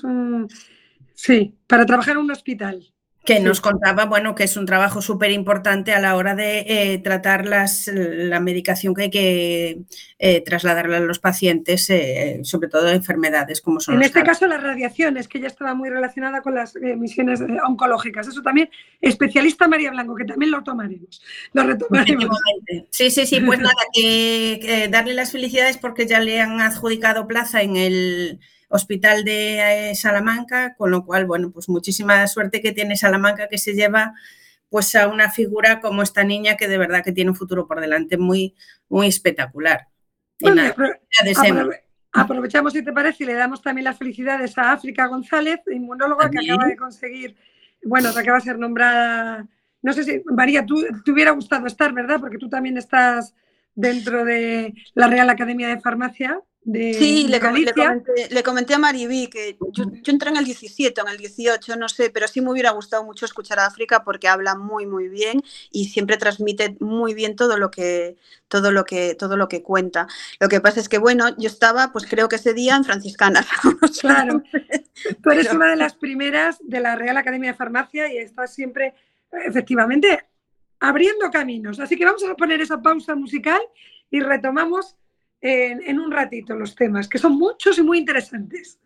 Speaker 3: trabajar en un hospital.
Speaker 4: Que nos contaba, bueno, que es un trabajo súper importante a la hora de tratar la medicación que hay que trasladarle a los pacientes, sobre todo de enfermedades como son.
Speaker 3: En este caso, las radiaciones, que ya estaba muy relacionada con las emisiones oncológicas. Eso también, especialista María Blanco, que también lo retomaremos.
Speaker 4: Sí, pues nada, que darle las felicidades porque ya le han adjudicado plaza en el Hospital de Salamanca, con lo cual, bueno, pues muchísima suerte que tiene Salamanca, que se lleva pues a una figura como esta niña que de verdad que tiene un futuro por delante muy, muy espectacular.
Speaker 3: Bueno, aprovechamos, si te parece, y le damos también las felicidades a África González, inmunóloga que acaba de conseguir, bueno, que acaba de ser nombrada, no sé si, María, tú te hubiera gustado estar, ¿verdad? Porque tú también estás dentro de la Real Academia de Farmacia de
Speaker 7: Sí,
Speaker 3: Galicia.
Speaker 7: le comenté a Mariví que yo entré en el 17 o en el 18, no sé, pero sí me hubiera gustado mucho escuchar a África porque habla muy, muy bien y siempre transmite muy bien todo lo que cuenta. Lo que pasa es que, bueno, yo estaba, pues creo que ese día en Franciscanas.
Speaker 3: Claro, tú eres una de las primeras de la Real Academia de Farmacia y estás siempre, efectivamente, abriendo caminos. Así que vamos a poner esa pausa musical y retomamos en un ratito los temas, que son muchos y muy interesantes.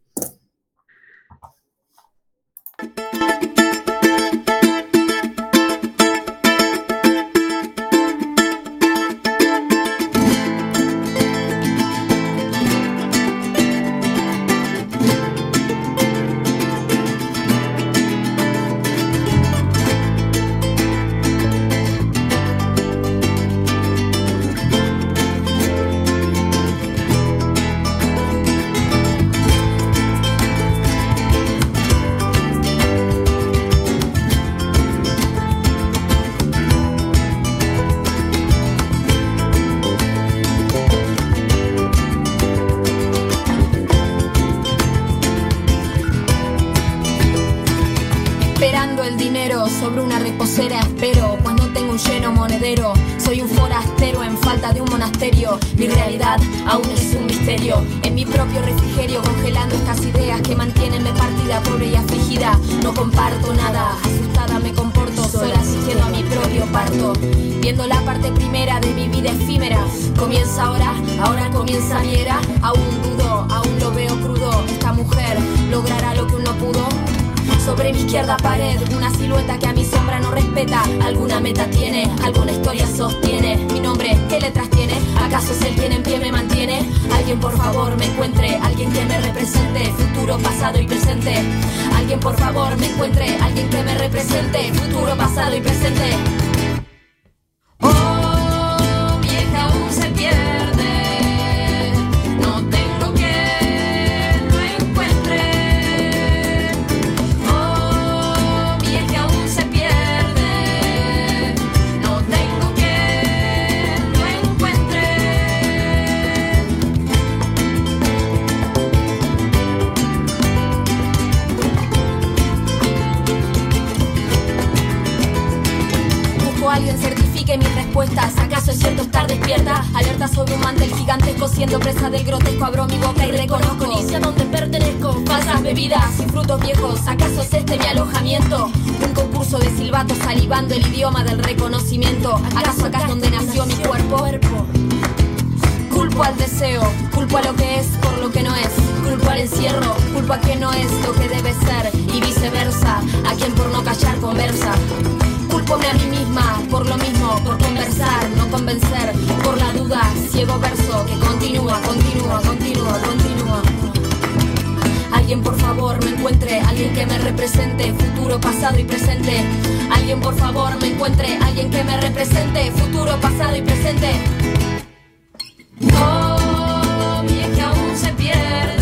Speaker 9: Sobre una reposera espero, pues no tengo un lleno monedero. Soy un forastero en falta de un monasterio. Mi realidad aún es un misterio. En mi propio refrigerio congelando estas ideas que mantienenme partida, pobre y afligida. No comparto nada, asustada me comporto, sola asistiendo a mi propio parto. Viendo la parte primera de mi vida efímera. Comienza ahora comienza mi era. Aún dudo, aún lo veo crudo. Esta mujer logrará lo que uno pudo. Sobre mi izquierda pared, una silueta que a mi sombra no respeta. Alguna meta tiene, alguna historia sostiene. Mi nombre, ¿qué letras tiene? ¿Acaso es el quien en pie me mantiene? Alguien por favor me encuentre, alguien que me represente. Futuro, pasado y presente. Alguien por favor me encuentre, alguien que me represente. Futuro, pasado y presente. Oh, vieja aún se pierde. Alguien certifique mis respuestas. ¿Acaso es cierto estar despierta? Alerta sobre un mantel gigantesco, siendo presa del grotesco. Abro mi boca y reconozco, ni sé a dónde pertenezco. Falsas bebidas y frutos viejos. ¿Acaso es este mi alojamiento? Un concurso de silbatos salivando el idioma del reconocimiento. ¿Acaso acá es donde nació mi cuerpo? Culpo al deseo, culpo a lo que es por lo que no es. Culpo al encierro, culpo a quien no es lo que debe ser. Y viceversa, a quien por no callar conversa. Culpome a mí misma, por lo mismo, por conversar, no convencer, por la duda, ciego verso que continúa. Alguien por favor me encuentre, alguien que me represente, futuro, pasado y presente. Alguien por favor me encuentre, alguien que me represente, futuro, pasado y presente. Oh, vieja aún se pierde.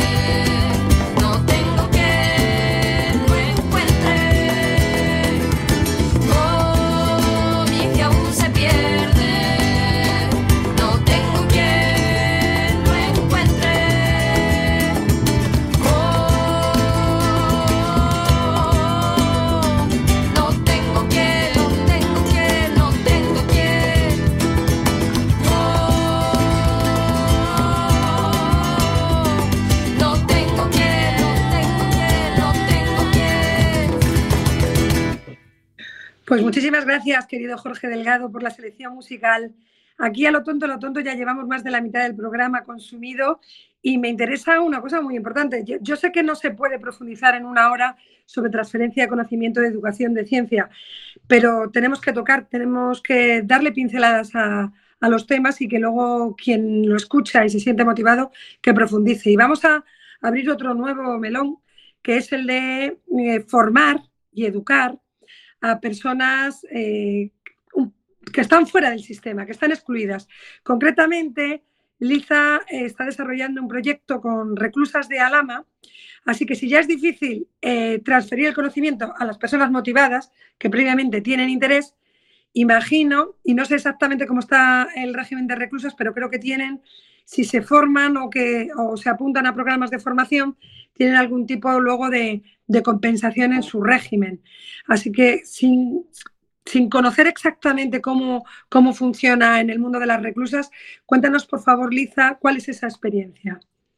Speaker 3: Pues muchísimas gracias, querido Jorge Delgado, por la selección musical. Aquí a lo tonto, ya llevamos más de la mitad del programa consumido y me interesa una cosa muy importante. Yo sé que no se puede profundizar en una hora sobre transferencia de conocimiento, de educación, de ciencia, pero tenemos que darle pinceladas a los temas y que luego quien lo escucha y se siente motivado, que profundice. Y vamos a abrir otro nuevo melón, que es el de formar y educar a personas que están fuera del sistema, que están excluidas. Concretamente, Liza está desarrollando un proyecto con reclusas de Alhama, así que si ya es difícil transferir el conocimiento a las personas motivadas, que previamente tienen interés, imagino, y no sé exactamente cómo está el régimen de reclusas, pero creo que tienen, si se forman o se apuntan a programas de formación, tienen algún tipo luego de compensación en su régimen. Así que sin conocer exactamente cómo funciona en el mundo de las reclusas, cuéntanos, por favor, Liza, ¿cuál es esa experiencia?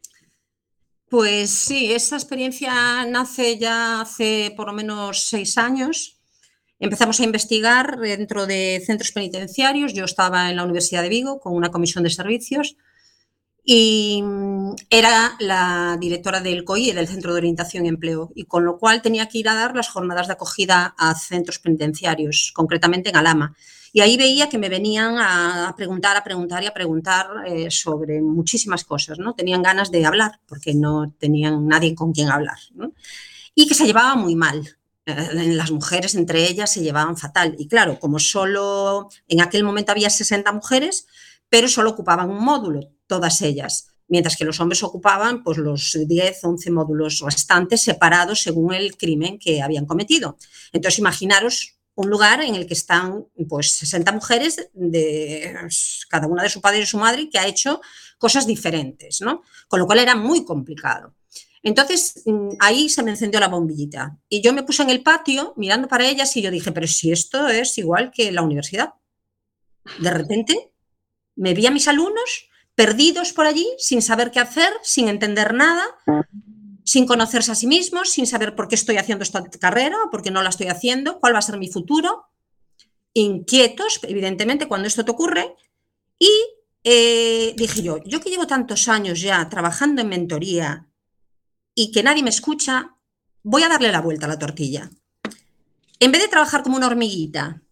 Speaker 8: Pues sí, esa experiencia nace ya hace por lo menos 6 años. Empezamos a investigar dentro de centros penitenciarios. Yo estaba en la Universidad de Vigo con una comisión de servicios y era la directora del COIE, del Centro de Orientación y Empleo, y con lo cual tenía que ir a dar las jornadas de acogida a centros penitenciarios, concretamente en Alhama. Y ahí veía que me venían a preguntar sobre muchísimas cosas, ¿no? Tenían ganas de hablar porque no tenían nadie con quien hablar, ¿no? Y que se llevaba muy mal. Las mujeres entre ellas se llevaban fatal. Y claro, como solo en aquel momento había 60 mujeres, pero solo ocupaban un módulo, todas ellas, mientras que los hombres ocupaban pues, los 10, 11 módulos restantes separados según el crimen que habían cometido. Entonces, imaginaros un lugar en el que están pues, 60 mujeres, cada una de su padre y su madre, que ha hecho cosas diferentes, ¿no? Con lo cual era muy complicado. Entonces, ahí se me encendió la bombillita y yo me puse en el patio mirando para ellas y yo dije, pero si esto es igual que la universidad. De repente me vi a mis alumnos perdidos por allí, sin saber qué hacer, sin entender nada, sin conocerse a sí mismos, sin saber por qué estoy haciendo esta carrera, por qué no la estoy haciendo, cuál va a ser mi futuro, inquietos, evidentemente, cuando esto te ocurre. Y dije yo que llevo tantos años ya trabajando en mentoría y que nadie me escucha, voy a darle la vuelta a la tortilla. En vez de trabajar como una hormiguita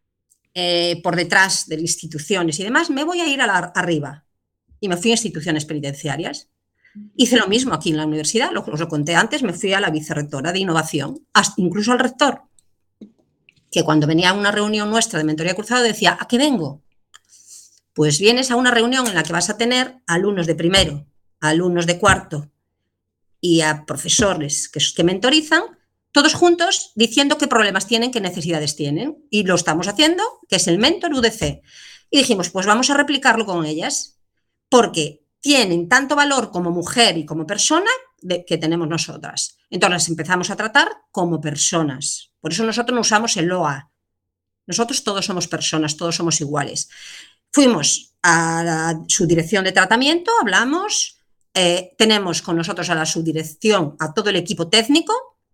Speaker 8: por detrás de instituciones y demás, me voy a ir arriba. Y me fui a instituciones penitenciarias. Hice lo mismo aquí en la universidad, os lo conté antes, me fui a la vicerrectora de innovación, incluso al rector, que cuando venía a una reunión nuestra de mentoría cruzado decía, ¿a qué vengo? Pues vienes a una reunión en la que vas a tener alumnos de primero, alumnos de cuarto y a profesores que mentorizan, todos juntos diciendo qué problemas tienen, qué necesidades tienen. Y lo estamos haciendo, que es el Mentor UDC. Y dijimos, pues vamos a replicarlo con ellas, porque tienen tanto valor como mujer y como persona que tenemos nosotras. Entonces las empezamos a tratar como personas. Por eso nosotros no usamos el OA. Nosotros todos somos personas, todos somos iguales. Fuimos a la subdirección de tratamiento, hablamos, tenemos con nosotros a la subdirección, a todo el equipo técnico,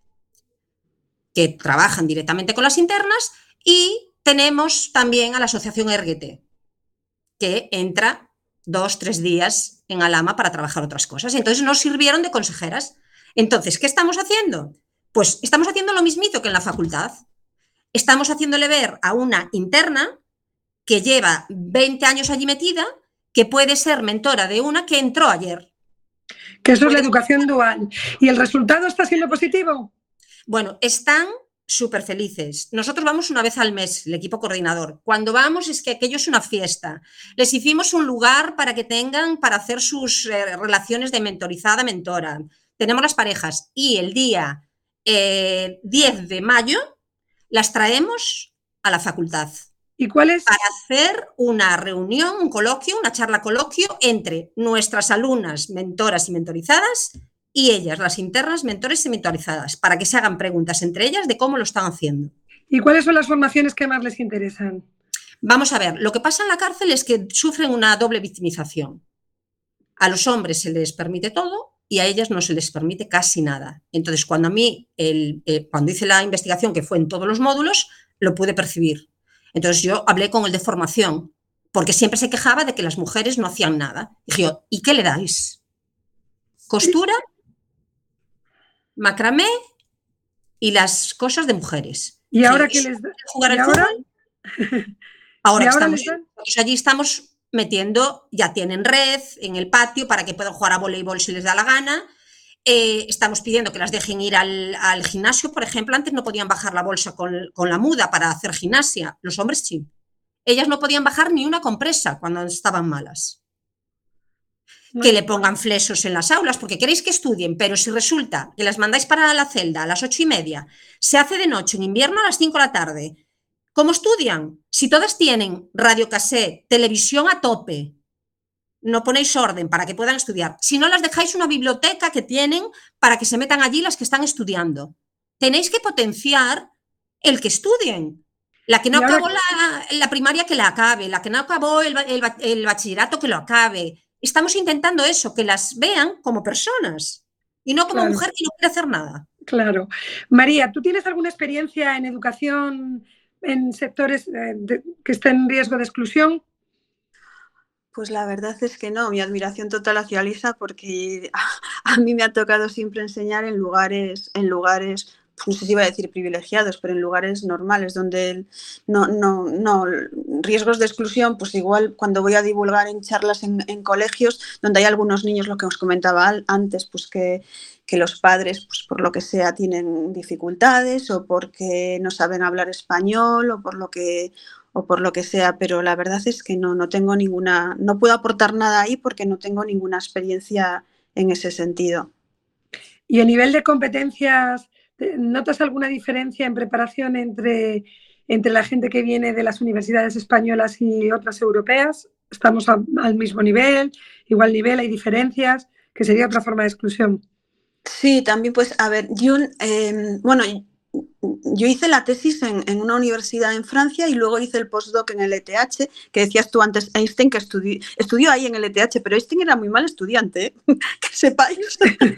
Speaker 8: que trabajan directamente con las internas, y tenemos también a la asociación RGT, que entra 2-3 días en Alhama para trabajar otras cosas. Entonces nos sirvieron de consejeras. Entonces, ¿qué estamos haciendo? Pues estamos haciendo lo mismito que en la facultad. Estamos haciéndole ver a una interna que lleva 20 años allí metida, que puede ser mentora de una que entró ayer.
Speaker 3: Que eso es la educación dual. ¿Y el resultado está siendo positivo?
Speaker 8: Bueno, están súper felices. Nosotros vamos una vez al mes, el equipo coordinador. Cuando vamos es que aquello es una fiesta. Les hicimos un lugar para que tengan para hacer sus relaciones de mentorizada-mentora. Tenemos las parejas y el día 10 de mayo las traemos a la facultad.
Speaker 3: ¿Y cuál es?
Speaker 8: Para hacer una reunión, un coloquio, una charla coloquio entre nuestras alumnas mentoras y mentorizadas y ellas, las internas, mentores y mentorizadas, para que se hagan preguntas entre ellas de cómo lo están haciendo.
Speaker 3: ¿Y cuáles son las formaciones que más les interesan?
Speaker 8: Vamos a ver, lo que pasa en la cárcel es que sufren una doble victimización. A los hombres se les permite todo y a ellas no se les permite casi nada. Entonces, cuando a mí, cuando hice la investigación, que fue en todos los módulos, lo pude percibir. Entonces yo hablé con el de formación, porque siempre se quejaba de que las mujeres no hacían nada. Dije yo, ¿y qué le dais? Costura, macramé y las cosas de mujeres.
Speaker 3: ¿Y ahora qué les da?
Speaker 8: ¿Jugar al fútbol? Ahora estamos, allí estamos metiendo, ya tienen red en el patio para que puedan jugar a voleibol si les da la gana. Estamos pidiendo que las dejen ir al gimnasio, por ejemplo. Antes no podían bajar la bolsa con la muda para hacer gimnasia, los hombres sí. Ellas no podían bajar ni una compresa cuando estaban malas. Que le pongan flesos en las aulas porque queréis que estudien, pero si resulta que las mandáis para la celda a las 8:30, se hace de noche, en invierno a las 5 de la tarde, ¿Cómo estudian? Si todas tienen radiocassette, televisión a tope, no ponéis orden para que puedan estudiar. Si no, las dejáis una biblioteca que tienen para que se metan allí las que están estudiando. Tenéis que potenciar el que estudien. La que no acabó la primaria, que la acabe. La que no acabó el bachillerato, que lo acabe. Estamos intentando eso, que las vean como personas y no como mujer que no quiere hacer nada.
Speaker 3: Claro. María, ¿tú tienes alguna experiencia en educación en sectores que estén en riesgo de exclusión?
Speaker 7: Pues la verdad es que no, mi admiración total hacia Lisa, porque a mí me ha tocado siempre enseñar en lugares, no sé si iba a decir privilegiados, pero en lugares normales, donde no riesgos de exclusión, pues igual cuando voy a divulgar en charlas en colegios, donde hay algunos niños, lo que os comentaba antes, pues que los padres, pues por lo que sea, tienen dificultades o porque no saben hablar español o por lo que sea, pero la verdad es que no tengo ninguna, no puedo aportar nada ahí porque no tengo ninguna experiencia en ese sentido.
Speaker 3: Y a nivel de competencias, ¿notas alguna diferencia en preparación entre la gente que viene de las universidades españolas y otras europeas? ¿Estamos al mismo nivel, igual nivel, hay diferencias, que sería otra forma de exclusión?
Speaker 7: Sí, también pues, a ver, yo hice la tesis en una universidad en Francia y luego hice el postdoc en el ETH, que decías tú antes, Einstein, que estudió ahí en el ETH, pero Einstein era muy mal estudiante, que sepáis.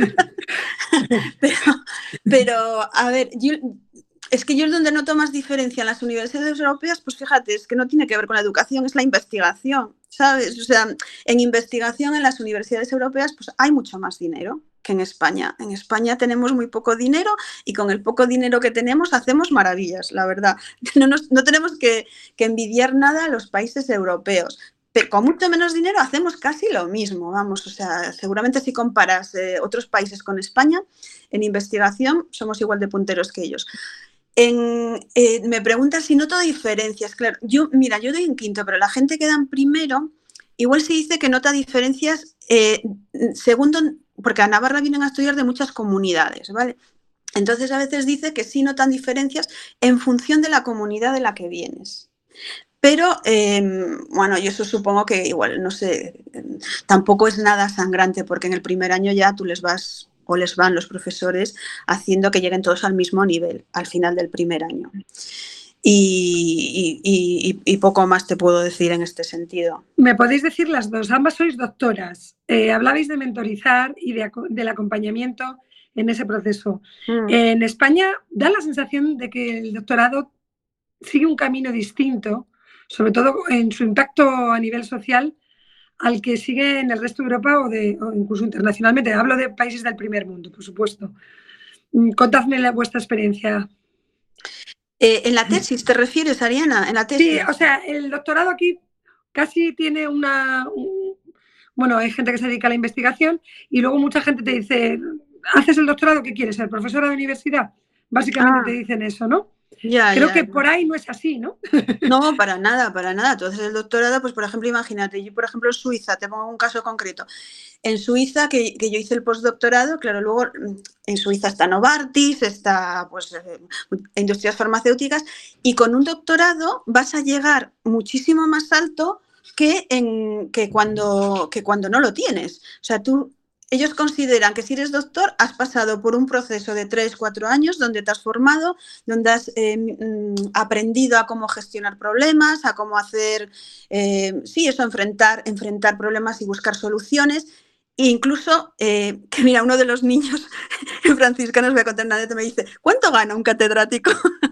Speaker 7: pero, a ver, es que yo es donde noto más diferencia en las universidades europeas, pues fíjate, es que no tiene que ver con la educación, es la investigación, ¿sabes? O sea, en investigación en las universidades europeas pues hay mucho más dinero que en España. En España tenemos muy poco dinero y con el poco dinero que tenemos hacemos maravillas, la verdad. No tenemos que envidiar nada a los países europeos. Pero con mucho menos dinero hacemos casi lo mismo, vamos, o sea, seguramente si comparas otros países con España, en investigación somos igual de punteros que ellos. Me preguntas si noto diferencias. Claro, yo doy en quinto, pero la gente que da en primero igual se dice que nota diferencias segundo, porque a Navarra vienen a estudiar de muchas comunidades, ¿vale? Entonces a veces dice que sí notan diferencias en función de la comunidad de la que vienes. Pero, yo eso supongo que igual, no sé, tampoco es nada sangrante, porque en el primer año ya tú les van los profesores haciendo que lleguen todos al mismo nivel al final del primer año. Y poco más te puedo decir en este sentido.
Speaker 3: ¿Me podéis decir las dos? Ambas sois doctoras. Hablabais de mentorizar y del acompañamiento en ese proceso. En España da la sensación de que el doctorado sigue un camino distinto, sobre todo en su impacto a nivel social, al que sigue en el resto de Europa o incluso internacionalmente. Hablo de países del primer mundo, por supuesto. Contadme vuestra experiencia.
Speaker 7: ¿En la tesis te refieres, Ariana? ¿En la tesis?
Speaker 3: Sí, o sea, el doctorado aquí casi tiene hay gente que se dedica a la investigación y luego mucha gente te dice, ¿haces el doctorado? ¿Qué quieres ser? ¿Profesora de universidad? Básicamente te dicen eso, ¿no? Creo que por ahí no es así, ¿no?
Speaker 7: No, para nada. Tú haces el doctorado, pues por ejemplo, imagínate, yo por ejemplo en Suiza, te pongo un caso concreto. En Suiza, que yo hice el postdoctorado, claro, luego en Suiza está Novartis, está pues industrias farmacéuticas, y con un doctorado vas a llegar muchísimo más alto que cuando no lo tienes. O sea, ellos consideran que si eres doctor has pasado por un proceso de 3-4 años donde te has formado, donde has aprendido a cómo gestionar problemas, a cómo hacer, enfrentar problemas y buscar soluciones. E incluso, que mira, uno de los niños en franciscanos, voy a contar una anécdota, me dice, ¿cuánto gana un catedrático?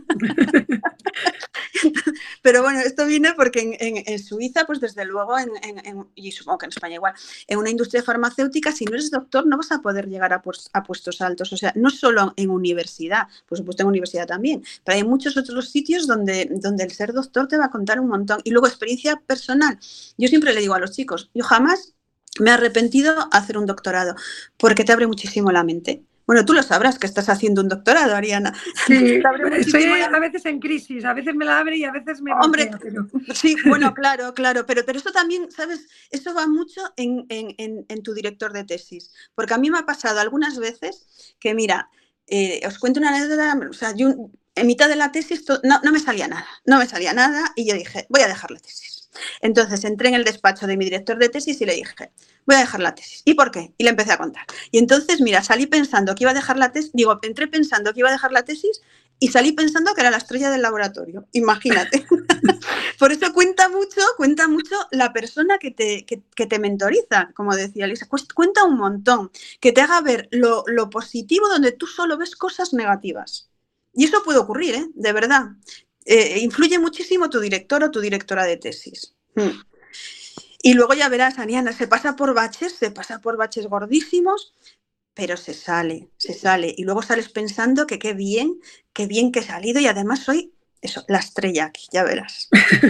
Speaker 7: Pero bueno, esto viene porque en Suiza, pues desde luego, y supongo que en España igual, en una industria farmacéutica, si no eres doctor, no vas a poder llegar a puestos altos. O sea, no solo en universidad, por supuesto en universidad también, pero hay muchos otros sitios donde el ser doctor te va a contar un montón. Y luego, experiencia personal. Yo siempre le digo a los chicos, yo jamás me he arrepentido de hacer un doctorado, porque te abre muchísimo la mente. Bueno, tú lo sabrás que estás haciendo un doctorado, Ariana.
Speaker 3: Sí, estoy a veces en crisis, a veces me la abre y a veces me bloquea.
Speaker 7: Hombre, sí, bueno, claro, pero esto también, ¿sabes? Eso va mucho en tu director de tesis, porque a mí me ha pasado algunas veces que, mira, os cuento una anécdota, o sea, yo en mitad de la tesis no me salía nada y yo dije, voy a dejar la tesis. Entonces entré en el despacho de mi director de tesis y le dije, voy a dejar la tesis. ¿Y por qué? Y le empecé a contar. Y entonces, mira, salí pensando que iba a dejar la tesis, entré pensando que iba a dejar la tesis y salí pensando que era la estrella del laboratorio. Imagínate. Por eso cuenta mucho la persona que te mentoriza, como decía Elisa. Cuenta un montón, que te haga ver lo positivo donde tú solo ves cosas negativas. Y eso puede ocurrir, ¿eh? De verdad. Influye muchísimo tu director o tu directora de tesis. Y luego ya verás, Ariana, se pasa por baches gordísimos, pero se sale. Y luego sales pensando que qué bien que he salido y además soy la estrella aquí, ya verás.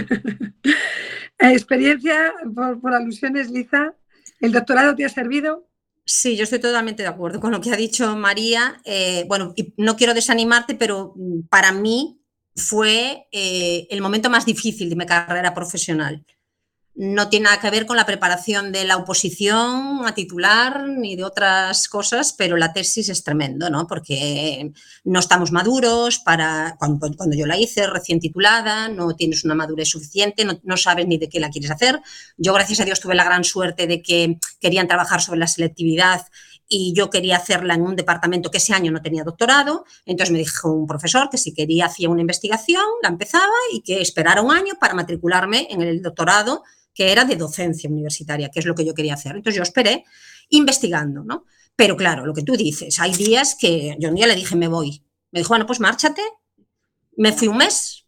Speaker 3: Experiencia, por alusiones, Liza, ¿el doctorado te ha servido?
Speaker 8: Sí, yo estoy totalmente de acuerdo con lo que ha dicho María. Bueno, y no quiero desanimarte, pero para mí fue el momento más difícil de mi carrera profesional. No tiene nada que ver con la preparación de la oposición a titular ni de otras cosas, pero la tesis es tremendo, ¿no? Porque no estamos maduros para cuando yo la hice recién titulada, no tienes una madurez suficiente, no sabes ni de qué la quieres hacer. Yo, gracias a Dios, tuve la gran suerte de que querían trabajar sobre la selectividad y yo quería hacerla en un departamento que ese año no tenía doctorado. Entonces me dijo un profesor que si quería hacía una investigación, la empezaba y que esperara un año para matricularme en el doctorado, que era de docencia universitaria, que es lo que yo quería hacer. Entonces yo esperé investigando, ¿no? Pero claro, lo que tú dices, hay días que yo un día le dije, me voy. Me dijo, bueno, pues márchate. Me fui un mes,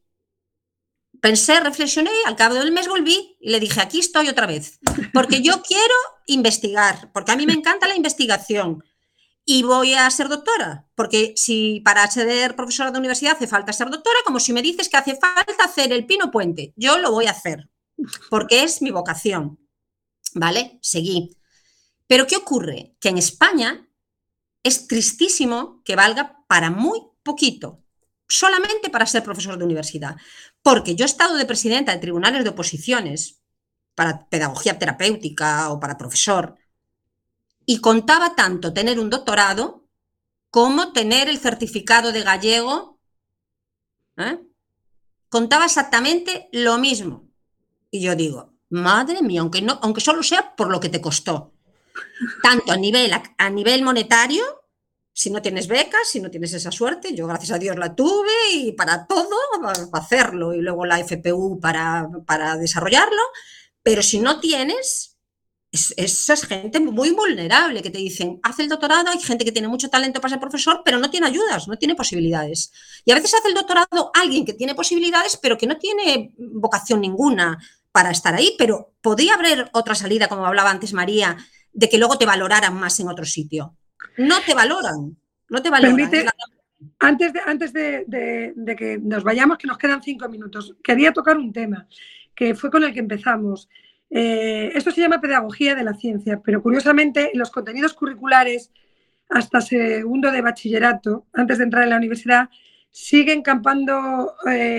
Speaker 8: pensé, reflexioné, al cabo del mes volví y le dije, aquí estoy otra vez, porque yo quiero investigar, porque a mí me encanta la investigación y voy a ser doctora, porque si para ser profesora de universidad hace falta ser doctora, como si me dices que hace falta hacer el Pino Puente, yo lo voy a hacer, porque es mi vocación, ¿vale? Seguí. Pero ¿qué ocurre? Que en España es tristísimo que valga para muy poquito, solamente para ser profesor de universidad, porque yo he estado de presidenta de tribunales de oposiciones para pedagogía terapéutica o para profesor y contaba tanto tener un doctorado como tener el certificado de gallego, ¿eh? Contaba exactamente lo mismo. Y yo digo, madre mía, aunque solo sea por lo que te costó, tanto a nivel monetario, si no tienes becas, si no tienes esa suerte, yo gracias a Dios la tuve y para todo, para hacerlo, y luego la FPU para desarrollarlo, pero si no tienes, esa es gente muy vulnerable que te dicen, haz el doctorado, hay gente que tiene mucho talento para ser profesor, pero no tiene ayudas, no tiene posibilidades. Y a veces hace el doctorado alguien que tiene posibilidades, pero que no tiene vocación ninguna para estar ahí, pero podría haber otra salida, como hablaba antes María, de que luego te valoraran más en otro sitio. No te valoran.
Speaker 3: Permite, antes de que nos vayamos, que nos quedan 5 minutos, quería tocar un tema que fue con el que empezamos. Esto se llama pedagogía de la ciencia, pero curiosamente los contenidos curriculares hasta segundo de bachillerato, antes de entrar en la universidad, siguen campando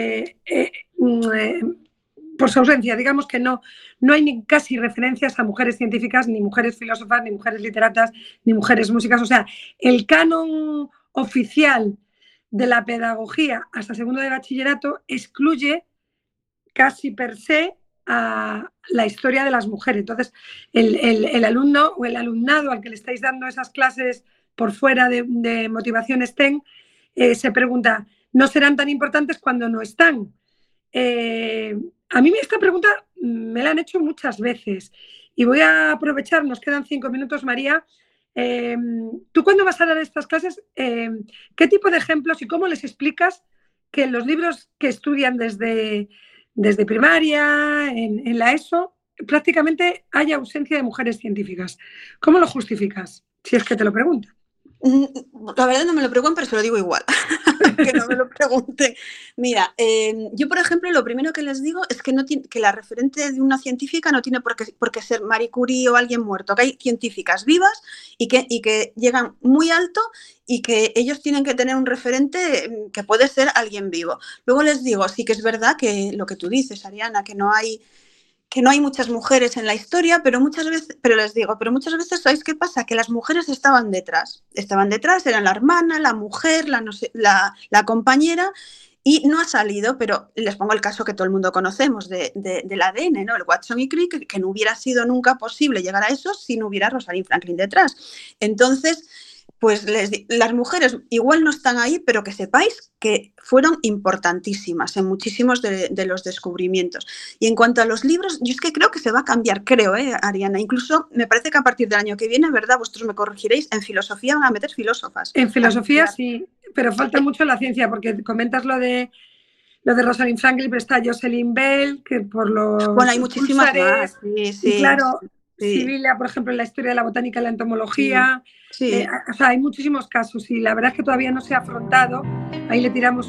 Speaker 3: por su ausencia. Digamos que no hay ni casi referencias a mujeres científicas, ni mujeres filósofas, ni mujeres literatas, ni mujeres músicas. O sea, el canon oficial de la pedagogía hasta segundo de bachillerato excluye casi per se a la historia de las mujeres. Entonces, el alumno o el alumnado al que le estáis dando esas clases por fuera de motivación STEM se pregunta, ¿no serán tan importantes cuando no están? A mí esta pregunta me la han hecho muchas veces y voy a aprovechar, nos quedan 5 minutos, María. ¿Tú cuando vas a dar estas clases, qué tipo de ejemplos y cómo les explicas que en los libros que estudian desde primaria, en la ESO, prácticamente hay ausencia de mujeres científicas? ¿Cómo lo justificas? Si es que te lo preguntan.
Speaker 7: La verdad no me lo preguntan, pero se lo digo igual, que no me lo pregunten. Mira, yo por ejemplo lo primero que les digo es que la referente de una científica no tiene por qué ser Marie Curie o alguien muerto, que hay científicas vivas y que llegan muy alto y que ellos tienen que tener un referente que puede ser alguien vivo. Luego les digo, sí que es verdad que lo que tú dices, Ariana, que no hay que no hay muchas mujeres en la historia, pero muchas veces, muchas veces, ¿sabéis qué pasa? Que las mujeres estaban detrás, eran la hermana, la mujer, la compañera, y no ha salido, pero les pongo el caso que todo el mundo conocemos del ADN, ¿no? El Watson y Crick, que no hubiera sido nunca posible llegar a eso si no hubiera Rosalind Franklin detrás. Entonces, pues las mujeres igual no están ahí, pero que sepáis que fueron importantísimas en muchísimos de los descubrimientos. Y en cuanto a los libros, yo es que creo que se va a cambiar, Ariana. Incluso me parece que a partir del año que viene, ¿verdad? Vosotros me corregiréis, en filosofía van a meter filósofas.
Speaker 3: En filosofía sí, pero falta mucho la ciencia, porque comentas lo de Rosalind Franklin, pero está Jocelyn Bell, que por los...
Speaker 7: Bueno, hay muchísimas más. Sí,
Speaker 3: y claro, Sibylla, por ejemplo, en la historia de la botánica y la entomología. Sí. O sea, hay muchísimos casos y la verdad es que todavía no se ha afrontado. Ahí le tiramos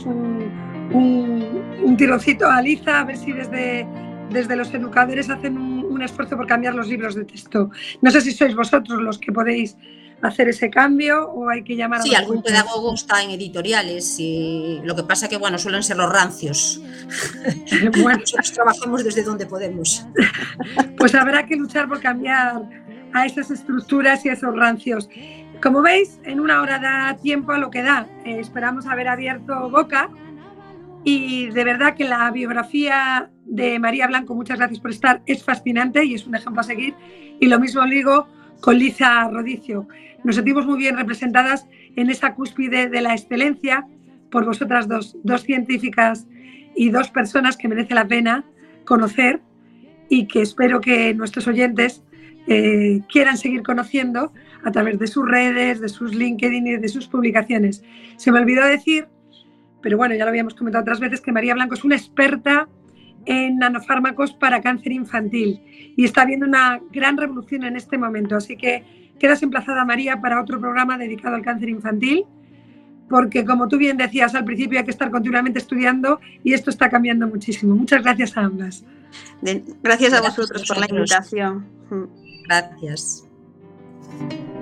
Speaker 3: un tironcito a Liza, a ver si desde los educadores hacen un esfuerzo por cambiar los libros de texto. No sé si sois vosotros los que podéis hacer ese cambio o hay que llamar a...
Speaker 8: Sí, algún pedagogo está en editoriales y lo que pasa que, bueno, suelen ser los rancios. Bueno, nosotros trabajamos desde donde podemos.
Speaker 3: Pues habrá que luchar por cambiar a esas estructuras y a esos rancios. Como veis, en una hora da tiempo a lo que da. Esperamos haber abierto boca y de verdad que la biografía de María Blanco, muchas gracias por estar, es fascinante y es un ejemplo a seguir. Y lo mismo digo con Liza Rodicio. Nos sentimos muy bien representadas en esa cúspide de la excelencia por vosotras dos científicas y dos personas que merece la pena conocer y que espero que nuestros oyentes quieran seguir conociendo a través de sus redes, de sus LinkedIn y de sus publicaciones. Se me olvidó decir, pero bueno, ya lo habíamos comentado otras veces, que María Blanco es una experta en nanofármacos para cáncer infantil y está habiendo una gran revolución en este momento. Así que quedas emplazada, María, para otro programa dedicado al cáncer infantil, porque como tú bien decías al principio, hay que estar continuamente estudiando y esto está cambiando muchísimo. Muchas gracias a ambas.
Speaker 7: Gracias a vosotros por la invitación.
Speaker 8: Gracias.